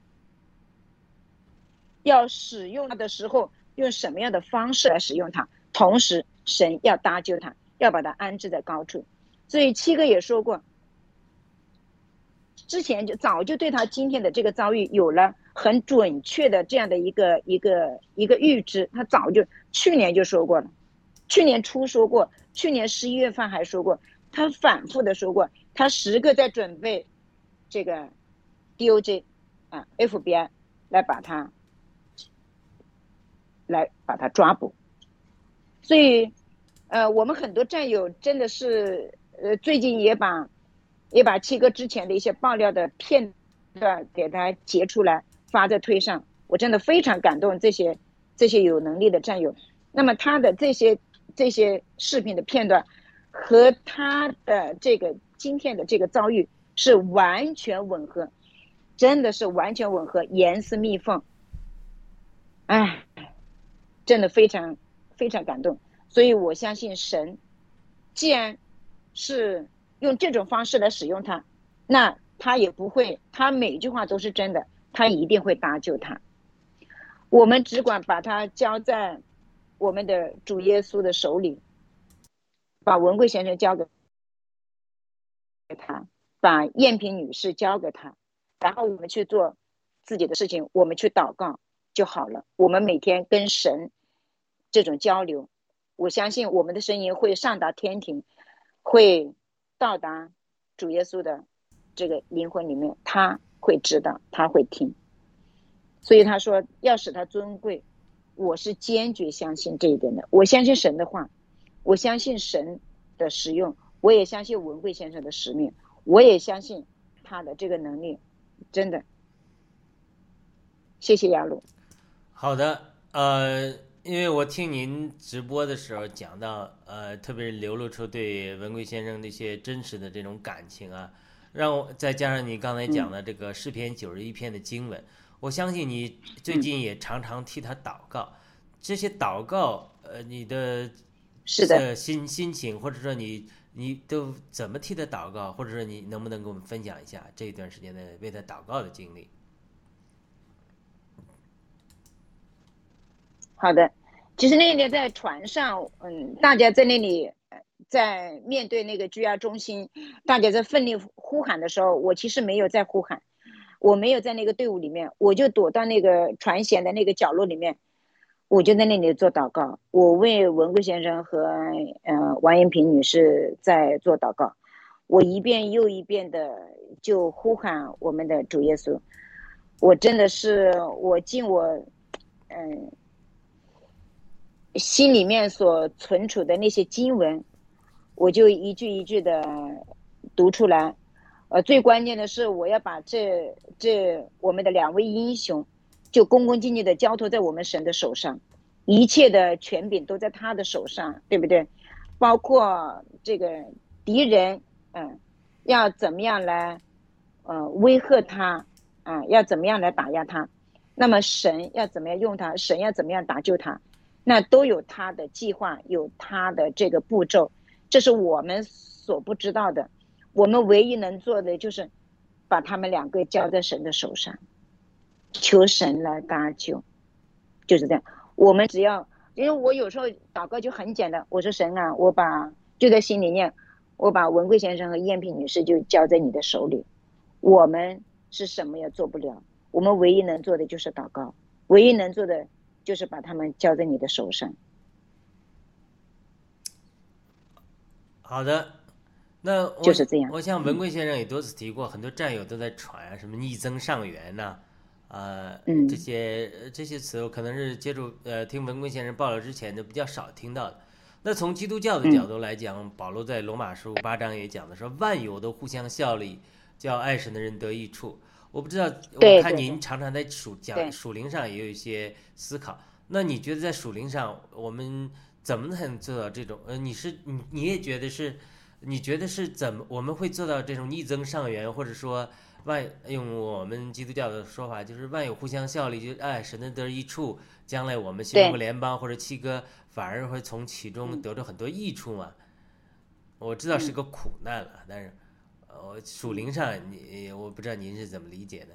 要使用他的时候，用什么样的方式来使用他？同时，神要搭救他，要把他安置在高处。所以七哥也说过，之前就早就对他今天的这个遭遇有了很准确的这样的一个一个一个预知。他早就去年就说过了，去年初说过，去年十一月份还说过，他反复的说过，他时刻在准备这个 D O J 啊 F B I 来把他来把他抓捕。所以呃我们很多战友真的是呃最近也把也把七哥之前的一些爆料的片段给他截出来发在推上，我真的非常感动这些这些有能力的战友。那么他的这些这些视频的片段和他的这个今天的这个遭遇是完全吻合，真的是完全吻合，严丝密缝。哎，真的非常非常感动。所以我相信神既然是用这种方式来使用他，那他也不会，他每一句话都是真的，他一定会搭救他。我们只管把他交在我们的主耶稣的手里，把文贵先生交给他，把燕萍女士交给他，然后我们去做自己的事情，我们去祷告就好了。我们每天跟神这种交流，我相信我们的声音会上达天庭，会到达主耶稣的这个灵魂里面，他会知道，他会听。所以他说要使他尊贵，我是坚决相信这一点的。我相信神的话，我相信神的使用，我也相信文贵先生的使命，我也相信他的这个能力，真的。谢谢雅鲁。 好的，呃，因为我听您直播的时候讲到，呃，特别是流露出对文贵先生那些真实的这种感情啊，让我再加上你刚才讲的这个诗篇九十一篇的经文，我相信你最近也常常替他祷告。这些祷告，呃，你的是的呃心心情，或者说你你都怎么替他祷告，或者说你能不能跟我们分享一下这一段时间的为他祷告的经历？ 好的，其实那天在船上，嗯，大家在那里，在面对那个拘押中心，大家在奋力呼喊的时候，我其实没有在呼喊，我没有在那个队伍里面，我就躲到那个船舷的那个角落里面，我就在那里做祷告。我为文贵先生和呃王延平女士在做祷告，我一遍又一遍的就呼喊我们的主耶稣。我真的是我尽我嗯。心里面所存储的那些经文，我就一句一句的读出来。呃，最关键的是，我要把这这我们的两位英雄，就恭恭敬敬的交托在我们神的手上。 一切的权柄都在他的手上，对不对？包括这个敌人，嗯，要怎么样来，呃，威吓他，啊，要怎么样来打压他？那么神要怎么样用他？神要怎么样打救他？那都有他的计划，有他的这个步骤，这是我们所不知道的。我们唯一能做的就是把他们两个交在神的手上，求神来搭救，就是这样。我们只要，因为我有时候祷告就很简单，我说神啊，我把就在心里念，我把文贵先生和燕萍女士就交在你的手里，我们是什么也做不了，我们唯一能做的就是祷告，唯一能做的就是把他们交在你的手上。 好的，那我就是这样。 我像文贵先生也多次提过，很多战友都在传啊，什么逆增上缘呐、呃， 嗯这些这些词，我可能是接触呃听文贵先生报道之前就比较少听到的。那从基督教的角度来讲，保罗在罗马书八章也讲的说，万有都互相效力，叫爱神的人得益处。我不知道，我看您常常在属讲属灵上也有一些思考。那你觉得在属灵上，我们怎么才能做到这种？呃，你是你你也觉得是？你觉得是怎么我们会做到这种逆增上缘，或者说万用我们基督教的说法，就是万有互相效力，就是爱神的得益处，将来我们新中联邦或者七哥反而会从其中得到很多益处嘛？我知道是个苦难了，但是呃，属灵上你我不知道您是怎么理解的。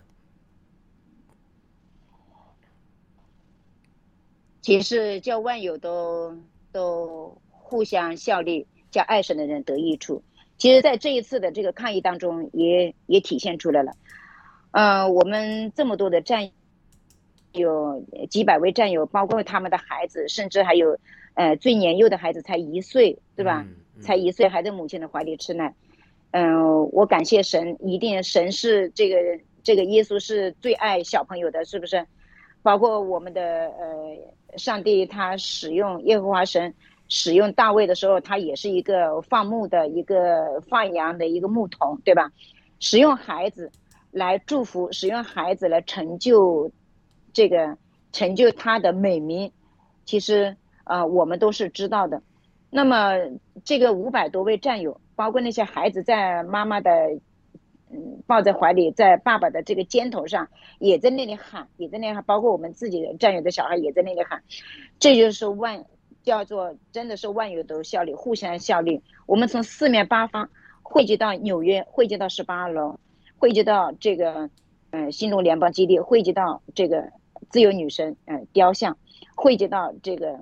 其实叫万有都都互相效力，叫爱神的人得益处。其实在这一次的这个抗议当中也也体现出来了。呃，我们这么多的战友，几百位战友，包括他们的孩子，甚至还有呃最年幼的孩子才一岁，对吧？ 嗯嗯、 才一岁还在母亲的怀里吃奶。嗯、呃，我感谢神，一定神是这个这个耶稣是最爱小朋友的，是不是？包括我们的呃上帝，他使用耶和华神使用大卫的时候，他也是一个放牧的一个放羊的一个牧童，对吧？使用孩子来祝福，使用孩子来成就这个成就他的美名，其实啊、呃、我们都是知道的。那么这个五百多位战友，包括那些孩子在妈妈的嗯抱在怀里，在爸爸的这个肩头上，也在那里喊，也在那里喊，包括我们自己的战友的小孩也在那里喊，这就是万叫做真的是万有都效力，互相效力。我们从四面八方汇集到纽约，汇集到十八楼，汇集到这个嗯、呃、新中联邦基地，汇集到这个自由女神嗯、呃、雕像，汇集到这个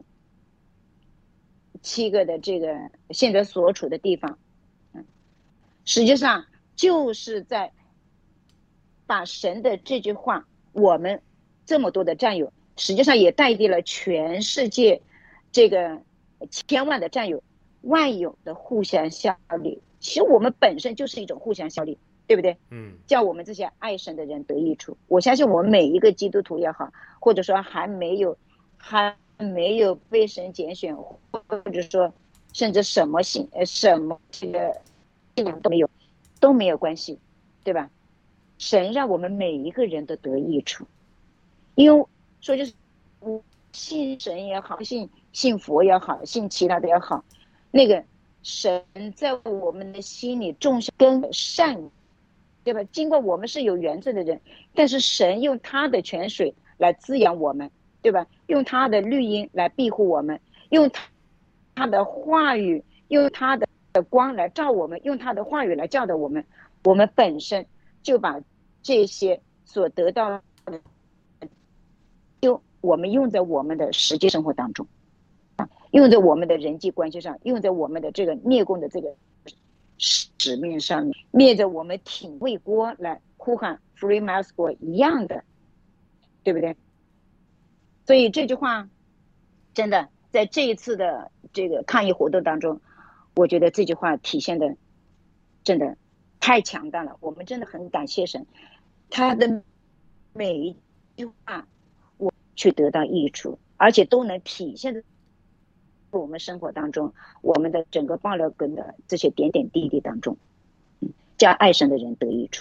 七个的这个现在所处的地方，嗯，实际上就是在把神的这句话，我们这么多的战友，实际上也代替了全世界这个千万的战友，万有的互相效力。其实我们本身就是一种互相效力，对不对？ 嗯， 叫我们这些爱神的人得益处。我相信我们每一个基督徒也好，或者说还没有还没有被神拣选，或者说甚至什么信呃什么这个信仰都没有，都没有关系，对吧？神让我们每一个人都得益处，因为说就是信神也好，信信佛也好，信其他的也好，那个神在我们的心里种下根善，对吧？尽管我们是有原则的人，但是神用他的泉水来滋养我们，对吧？用他的绿荫来庇护我们，用他的话语，用他的光来照我们，用他的话语来教导我们。我们本身就把这些所得到的，就我们用在我们的实际生活当中，用在我们的人际关系上，用在我们的这个灭共的这个使命上面，灭着我们挺为国来呼喊 Free Mass 国一样的，对不对？所以这句话真的在这一次的这个抗议活动当中，我觉得这句话体现的真的太强大了。我们真的很感谢神，他的每一句话我去得到益处，而且都能体现在我们生活当中，我们的整个爆料根的这些点点滴滴当中，嗯，叫爱神的人得益处。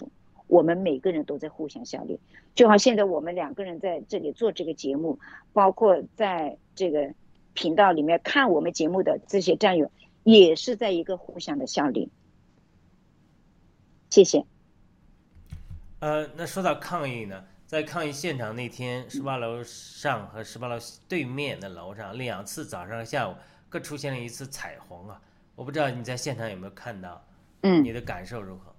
我们每个人都在互相效力。就好现在我们两个人在这里做这个节目，包括在这个频道里面看我们节目的这些战友，也是在一个互相的效力。谢谢。 呃，那说到抗议呢，在抗议现场那天，十八楼上和十八楼对面的楼上两次早上和下午各出现了一次彩虹啊！我不知道你在现场有没有看到， 嗯， 你的感受如何？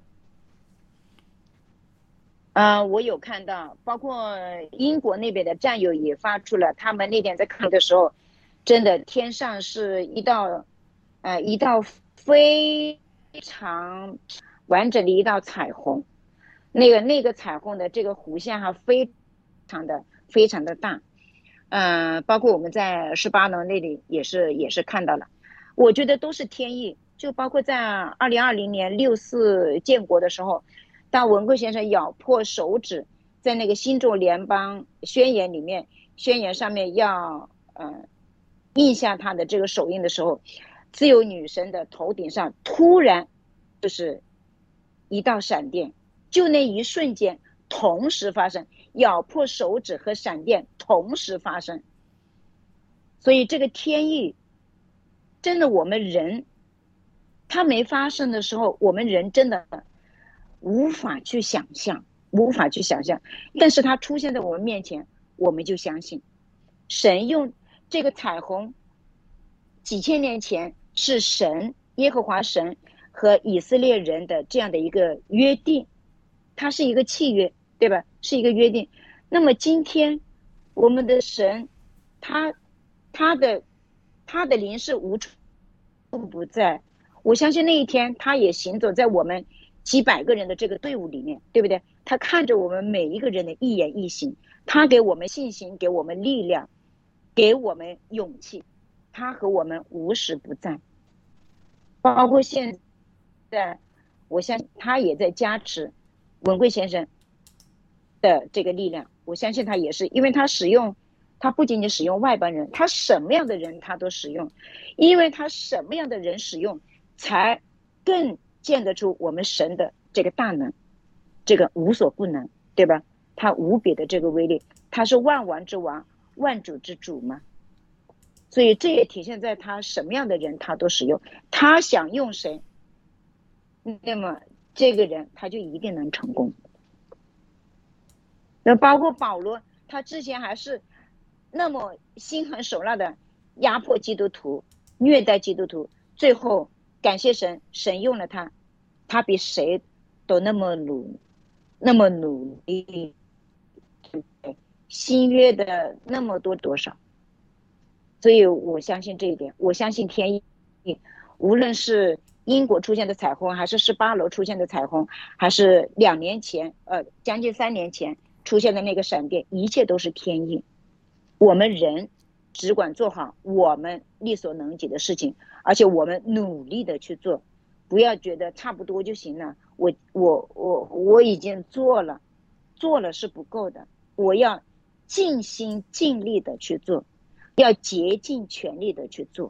啊、呃，我有看到，包括英国那边的战友也发出了，他们那天在抗议的时候，真的天上是一道，呃，一道非常完整的一道彩虹。那个那个彩虹的这个弧线哈，非常的非常的大，嗯、呃，包括我们在十八楼那里也是也是看到了，我觉得都是天意。就包括在二零二零年六四建国的时候，当文贵先生咬破手指，在那个新中联邦宣言里面，宣言上面要呃印下他的这个手印的时候，自由女神的头顶上突然就是一道闪电。就那一瞬间同时发生，咬破手指和闪电同时发生。所以这个天意真的，我们人它没发生的时候，我们人真的无法去想象，无法去想象，但是它出现在我们面前，我们就相信神用这个彩虹，几千年前是神耶和华神和以色列人的这样的一个约定，它是一个契约，对吧？是一个约定。那么今天我们的神，他他的他的灵是无处不在。我相信那一天他也行走在我们几百个人的这个队伍里面，对不对？他看着我们每一个人的一言一行，他给我们信心，给我们力量，给我们勇气，他和我们无时不在。包括现在我相信他也在加持文贵先生的这个力量，我相信他也是，因为他使用，他不仅仅使用外邦人，他什么样的人他都使用，因为他什么样的人使用，才更见得出我们神的这个大能，这个无所不能，对吧？他无比的这个威力，他是万王之王，万主之主嘛。所以这也体现在他什么样的人他都使用，他想用谁，那么这个人他就一定能成功。那包括保罗，他之前还是那么心狠手辣的压迫基督徒，虐待基督徒，最后感谢神，神用了他，他比谁都那么努那么努力，新约的那么多多少。所以我相信这一点，我相信天意，无论是英国出现的彩虹，还是十八楼出现的彩虹，还是两年前呃将近三年前出现的那个闪电，一切都是天意。我们人只管做好我们力所能及的事情，而且我们努力的去做，不要觉得差不多就行了，我我我我已经做了，做了是不够的，我要尽心尽力的去做，要竭尽全力的去做。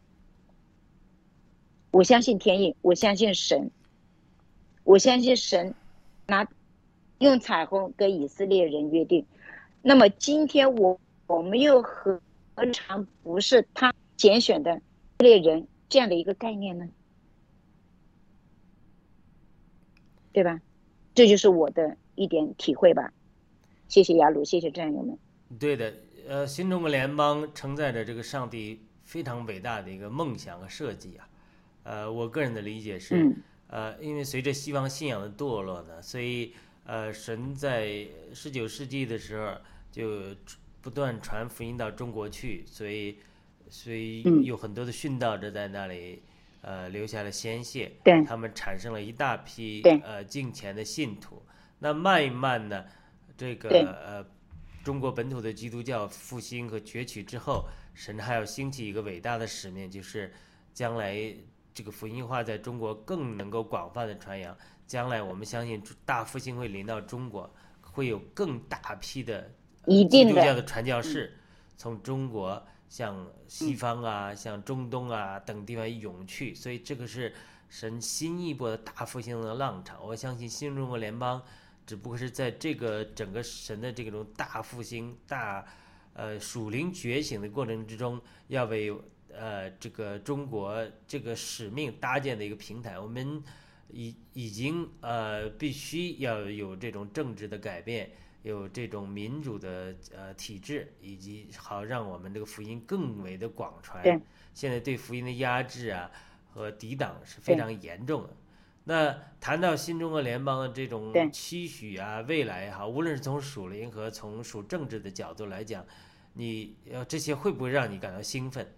我相信天意，我相信神，我相信神拿用彩虹跟以色列人约定。那么今天我我们又何尝不是他拣选的以色列人这样的一个概念呢？对吧？这就是我的一点体会吧。谢谢雅鲁，谢谢战友们。 对的，呃，新中国联邦承载着这个上帝非常伟大的一个梦想和设计啊。呃，我个人的理解是， 嗯、 呃，因为随着西方信仰的堕落呢，所以呃，神在十九世纪的时候就不断传福音到中国去，所以所以有很多的殉道者在那里。呃，留下了鲜血，他们产生了一大批呃敬虔的信徒。那慢慢呢，这个呃中国本土的基督教复兴和崛起之后，神还要兴起一个伟大的使命，就是将来这个福音化在中国更能够广泛的传扬。将来我们相信大复兴会临到中国，会有更大批的基督教的传教士从中国向西方啊、嗯、向中东啊等地方涌去，所以这个是神新一波的大复兴的浪潮。我相信新中国联邦只不过是在这个整个神的这种大复兴、大呃属灵觉醒的过程之中，要为呃这个中国这个使命搭建的一个平台。我们已已经呃必须要有这种政治的改变，有这种民主的呃体制，以及好让我们这个福音更为的广传。现在对福音的压制啊和抵挡是非常严重的。那谈到新中国联邦的这种期许啊，未来也好，无论是从属灵和从属政治的角度来讲，你呃这些会不会让你感到兴奋？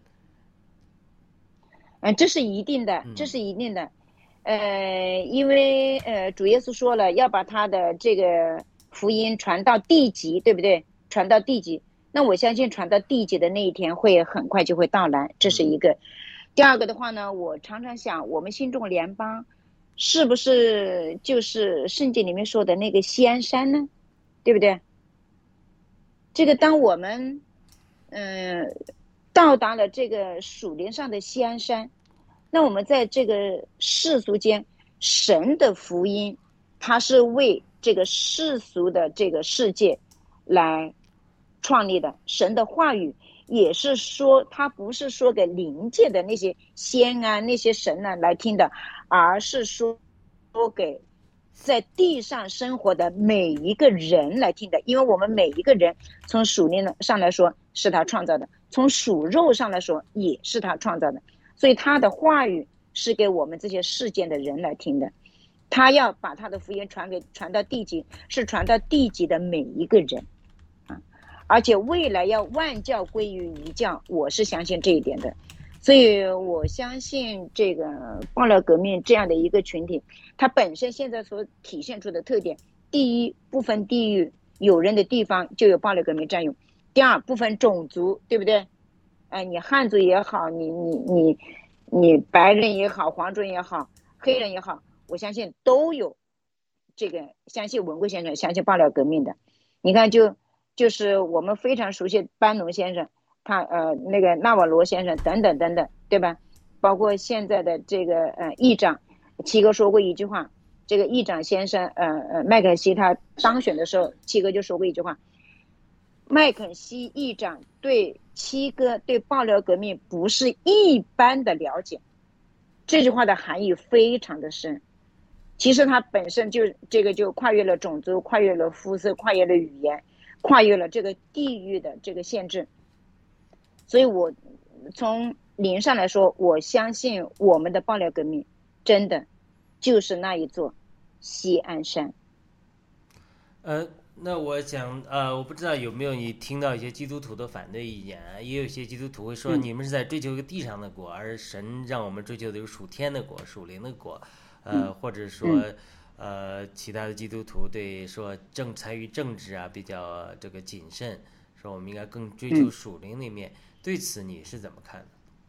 嗯，这是一定的，这是一定的。嗯、呃，因为呃主耶稣说了，要把他的这个福音传到地极，对不对？传到地极。那我相信传到地极的那一天会很快就会到来，这是一个。嗯、第二个的话呢，我常常想，我们新中国联邦是不是就是圣经里面说的那个锡安山呢？对不对？这个当我们嗯、呃、到达了这个属灵上的锡安山，那我们在这个世俗间，神的福音它是为这个世俗的这个世界来创立的，神的话语也是说，它不是说给灵界的那些仙啊那些神啊来听的，而是说说给在地上生活的每一个人来听的。因为我们每一个人从属灵上来说是他创造的，从属肉上来说也是他创造的，所以他的话语是给我们这些世间的人来听的。他要把他的福音传给传到地极，是传到地极的每一个人啊！而且未来要万教归于一教，我是相信这一点的。所以我相信这个爆料革命这样的一个群体，它本身现在所体现出的特点：第一，不分地域，有人的地方就有爆料革命战友；第二，不分种族，对不对？哎，你汉族也好，你你你你白人也好，黄种也好，黑人也好，我相信都有这个相信文贵先生，相信爆料革命的。你看就就是我们非常熟悉班农先生，他呃那个纳瓦罗先生等等等等，对吧？包括现在的这个呃议长七哥说过一句话，这个议长先生呃呃麦肯锡他当选的时候，七哥就说过一句话，麦肯锡议长对七哥对爆料革命不是一般的了解，这句话的含义非常的深。其实它本身就这个就跨越了种族，跨越了肤色，跨越了语言，跨越了这个地域的这个限制。所以我从灵上来说，我相信我们的爆料革命真的就是那一座锡安山。 呃那我想呃我不知道有没有你听到一些基督徒的反对意见啊，也有一些基督徒会说，你们是在追求一个地上的国，而神让我们追求的有属天的国，属灵的国。呃，或者说，呃，其他的基督徒对说政参与政治啊比较这个谨慎，说我们应该更追求属灵那面。对此你是怎么看的？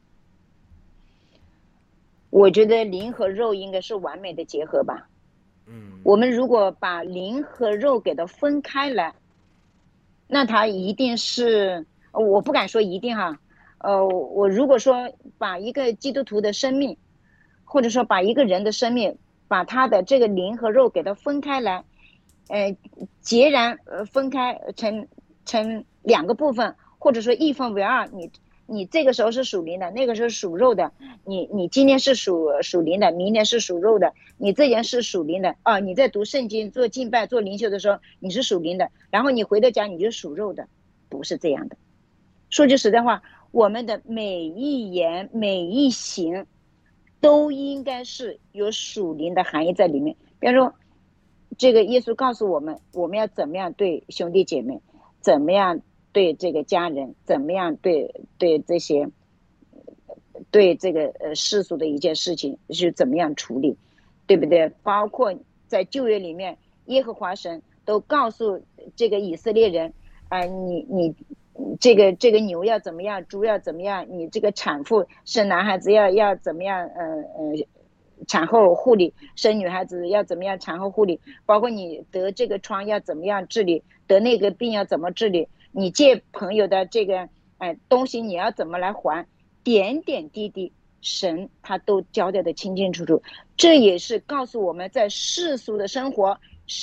我觉得灵和肉应该是完美的结合吧。嗯，我们如果把灵和肉给它分开来，那它一定是，我不敢说一定哈，呃，我如果说把一个基督徒的生命，或者说把一个人的生命，把他的这个灵和肉给它分开来，呃，截然呃分开成成两个部分，或者说一分为二，你你这个时候是属灵的，那个时候属肉的，你你今天是属属灵的，明天是属肉的，你这件是属灵的啊，你在读圣经、做敬拜、做灵修的时候，你是属灵的，然后你回到家你就属肉的，不是这样的。说句实在话，我们的每一言每一行都应该是有属灵的含义在里面。比方说，这个耶稣告诉我们，我们要怎么样对兄弟姐妹，怎么样对这个家人，怎么样对对这些，对这个呃世俗的一件事情是怎么样处理，对不对？包括在旧约里面，耶和华神都告诉这个以色列人，啊、呃，你你。这个这个牛要怎么样，猪要怎么样，你这个产妇生男孩子要要怎么样，呃呃，产后护理，生女孩子要怎么样产后护理，包括你得这个疮要怎么样治理，得那个病要怎么治理，你借朋友的这个哎、呃、东西你要怎么来还，点点滴滴神他都交代的清清楚楚。这也是告诉我们在世俗的生活，神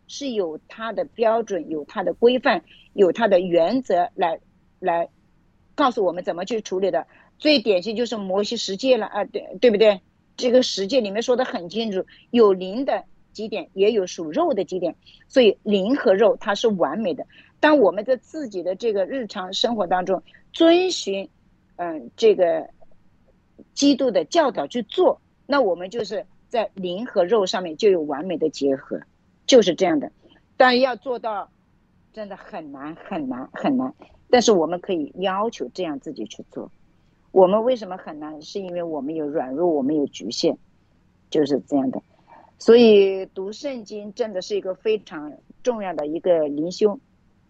是有它的标准，有它的规范，有它的原则来来告诉我们怎么去处理的。最典型就是摩西十诫了啊，对对不对？这个十诫里面说的很清楚，有灵的基点，也有属肉的基点，所以灵和肉它是完美的。当我们在自己的这个日常生活当中遵循，嗯，这个基督的教导去做，那我们就是在灵和肉上面就有完美的结合，就是这样的。但要做到，真的很难很难很难。但是我们可以要求这样自己去做。我们为什么很难？是因为我们有软弱，我们有局限，就是这样的。所以读圣经真的是一个非常重要的一个灵修。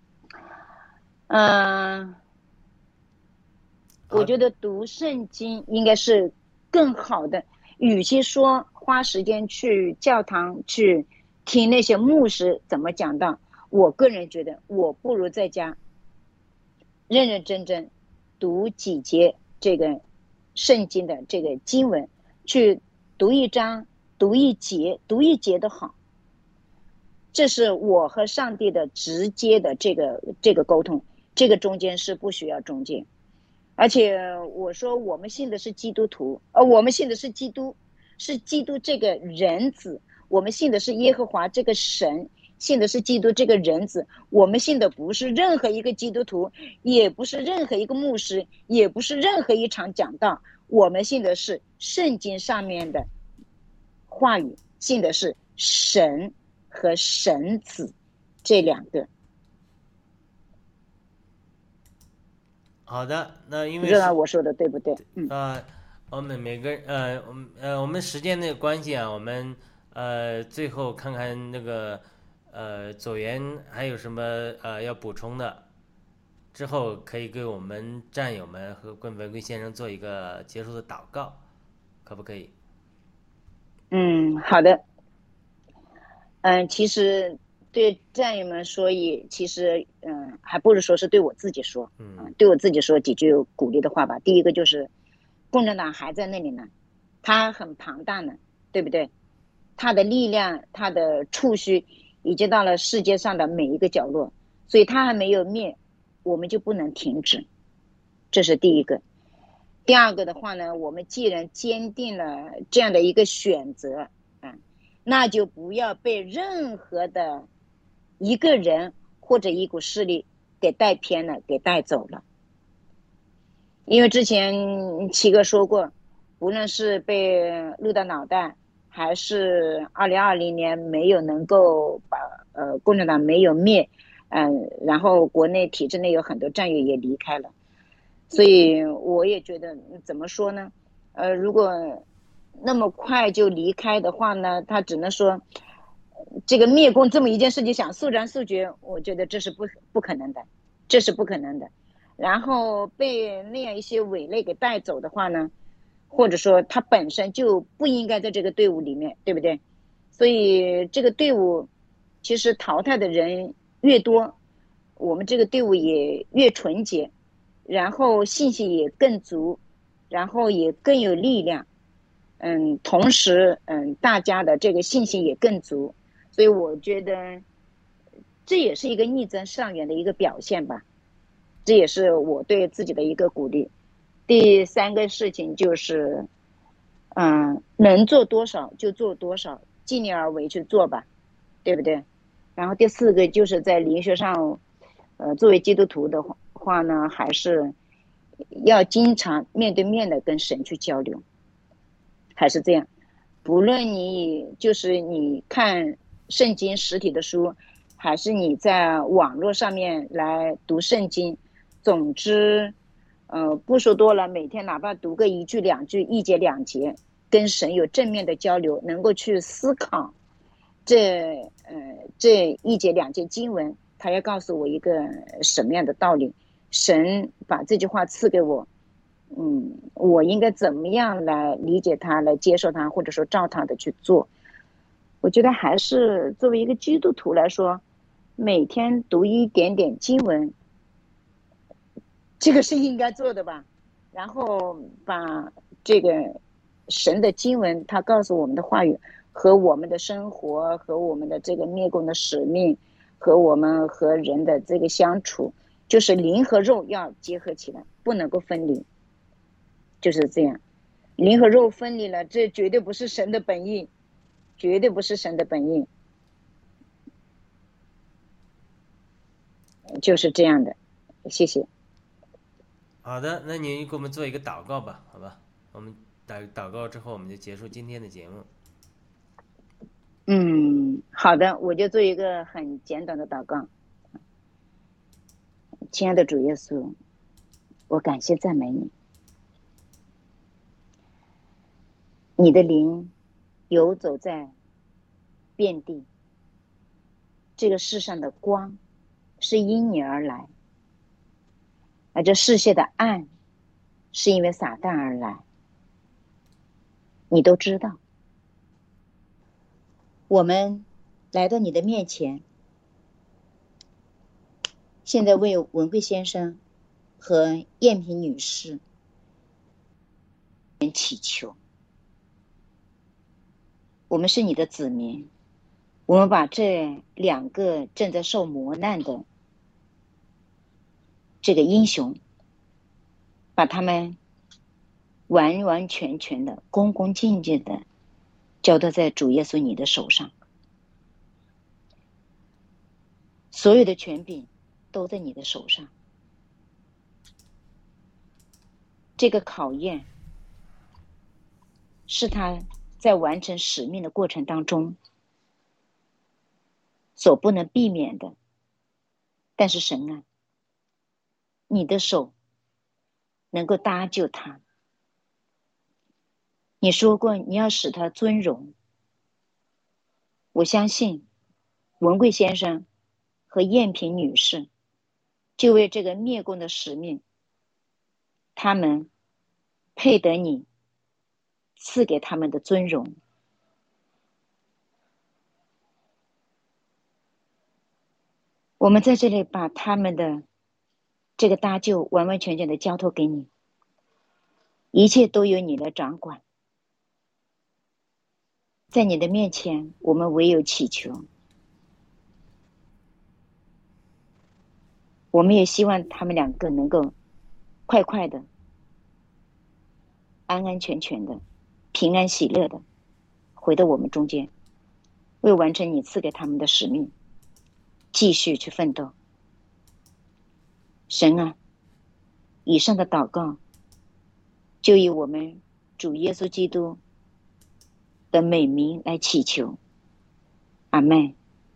嗯，我觉得读圣经应该是更好的，与其说花时间去教堂去听那些牧师怎么讲道，我个人觉得我不如在家认认真真读几节这个圣经的这个经文，去读一章读一节读一节的好。这是我和上帝的直接的这个这个沟通，这个中间是不需要中间。而且我说我们信的是基督徒，呃，我们信的是基督，是基督这个人子，我们信的是耶和华这个神，信的是基督这个人子，我们信的不是任何一个基督徒，也不是任何一个牧师，也不是任何一场讲道，我们信的是圣经上面的话语，信的是神和神子这两个。 好的，那因为不知道我说的对不对？嗯， 呃，我们每个呃，我们呃，我们时间的关系啊，我们呃，最后看看那个呃，左元还有什么呃要补充的，之后可以给我们战友们和跟文贵先生做一个结束的祷告，可不可以？ 嗯，好的。嗯，其实对战友们说也，其实嗯，还不如说是对我自己说，嗯，对我自己说几句鼓励的话吧。第一个就是，共产党还在那里呢，它很庞大呢，对不对？它的力量、它的触须已经到了世界上的每一个角落，所以它还没有灭，我们就不能停止，这是第一个。第二个的话呢，我们既然坚定了这样的一个选择，啊，那就不要被任何的一个人或者一股势力给带偏了，给带走了。因为之前七哥说过，无论是被录到脑袋，还是二零二零年没有能够把呃共产党没有灭，嗯，然后国内体制内有很多战友也离开了。所以我也觉得怎么说呢？呃，如果那么快就离开的话呢，他只能说这个灭共这么一件事情想速战速决，我觉得这是不不可能的，这是不可能的。然后被那样一些伪类给带走的话呢，或者说他本身就不应该在这个队伍里面，对不对？所以这个队伍其实淘汰的人越多，我们这个队伍也越纯洁。然后信息也更足，然后也更有力量，嗯，同时，嗯，大家的这个信心也更足，所以我觉得这也是一个逆增上缘的一个表现吧，这也是我对自己的一个鼓励。第三个事情就是，嗯，能做多少就做多少，尽力而为去做吧，对不对？然后第四个就是在灵学上，呃，作为基督徒的话。话呢，还是要经常面对面的跟神去交流，还是这样。不论你就是你看圣经实体的书，还是你在网络上面来读圣经，总之，呃，不说多了，每天哪怕读个一句两句，一节两节，跟神有正面的交流，能够去思考这呃这一节两节经文，他要告诉我一个什么样的道理。神把这句话赐给我，嗯，我应该怎么样来理解它，来接受它，或者说照它的去做。我觉得还是作为一个基督徒来说，每天读一点点经文，这个是应该做的吧。然后把这个神的经文，他告诉我们的话语， 和我们的生活，和我们的这个灭共的使命，和我们和人的这个相处，就是灵和肉要结合起来，不能够分离，就是这样。灵和肉分离了，这绝对不是神的本意，绝对不是神的本意，就是这样的。谢谢。 好的，那您给我们做一个祷告吧，好吧？我们祷祷告之后，我们就结束今天的节目。 嗯，好的，我就做一个很简短的祷告。亲爱的主耶稣，我感谢赞美你，你的灵游走在遍地，这个世上的光是因你而来，而这世界的暗是因为撒旦而来，你都知道。我们来到你的面前，现在为文贵先生和燕平女士祈求。我们是你的子民，我们把这两个正在受磨难的这个英雄，把他们完完全全的恭恭敬敬的交托在主耶稣你的手上，所有的权柄都在你的手上。这个考验是他在完成使命的过程当中所不能避免的，但是神啊，你的手能够搭救他。你说过你要使他尊荣，我相信文贵先生和燕平女士就为这个灭共的使命，他们配得你赐给他们的尊荣。我们在这里把他们的这个搭救完完全全的交托给你，一切都由你来掌管。在你的面前，我们唯有祈求，我们也希望他们两个能够快快的、安安全全的、平安喜乐的回到我们中间，为完成你赐给他们的使命，继续去奋斗。神啊，以上的祷告就以我们主耶稣基督的美名来祈求，阿们。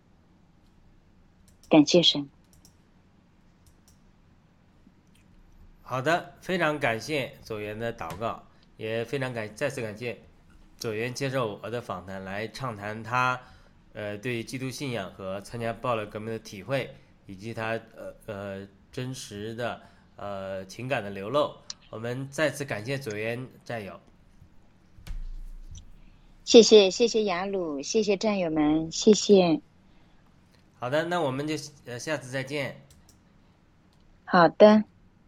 感谢神。 好的，非常感谢左元的祷告，也非常感再次感谢左元接受我的访谈，来畅谈他呃对基督信仰和参加暴乱革命的体会，以及他呃呃真实的呃情感的流露。我们再次感谢左元战友。 谢谢谢谢雅鲁，谢谢战友们，谢谢。 好的，那我们就呃下次再见。 好的。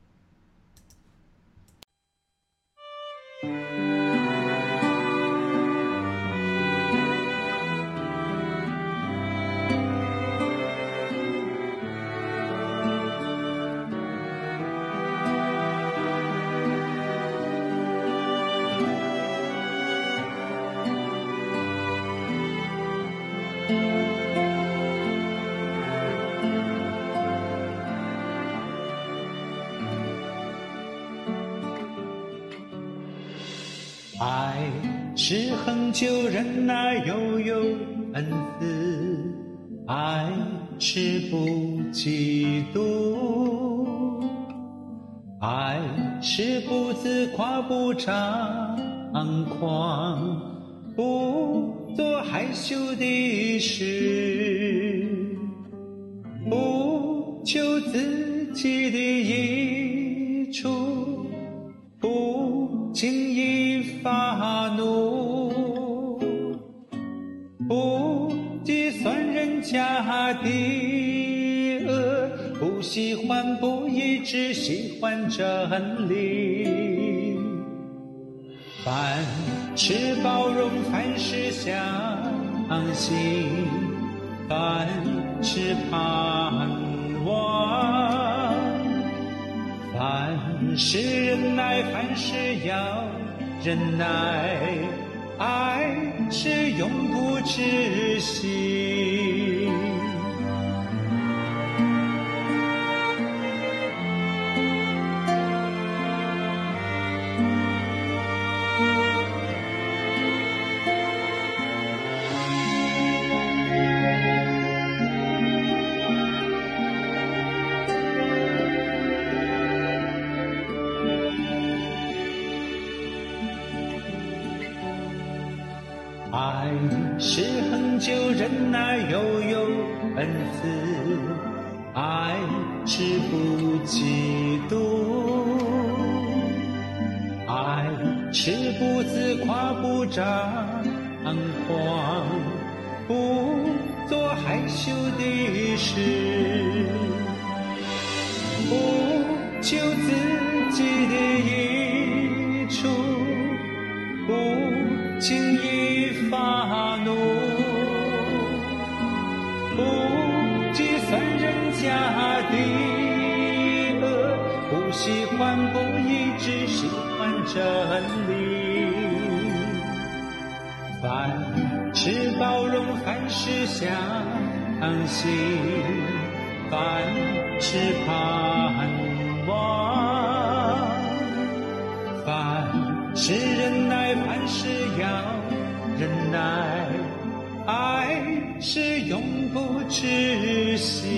爱是恒久忍耐，又有恩慈；爱是不嫉妒；爱是不自夸，不张狂，不做害羞的事，不求自己的益处，不轻易发怒，不计算人家的恶，不喜欢不义，只喜欢真理。 凡事包容，凡事相信，凡事盼望，凡事忍耐，凡事要忍耐，爱是永不止息。爱是恒久忍耐，又有恩慈，爱是不嫉妒，爱是不自夸，不张狂，不做害羞的事，不求自己的益处，不轻易发怒，不计算人家的恶，不喜欢不义，只喜欢真理。凡事包容，凡事相信，凡事盼望，凡事忍耐，凡事要忍耐，爱是永不止息。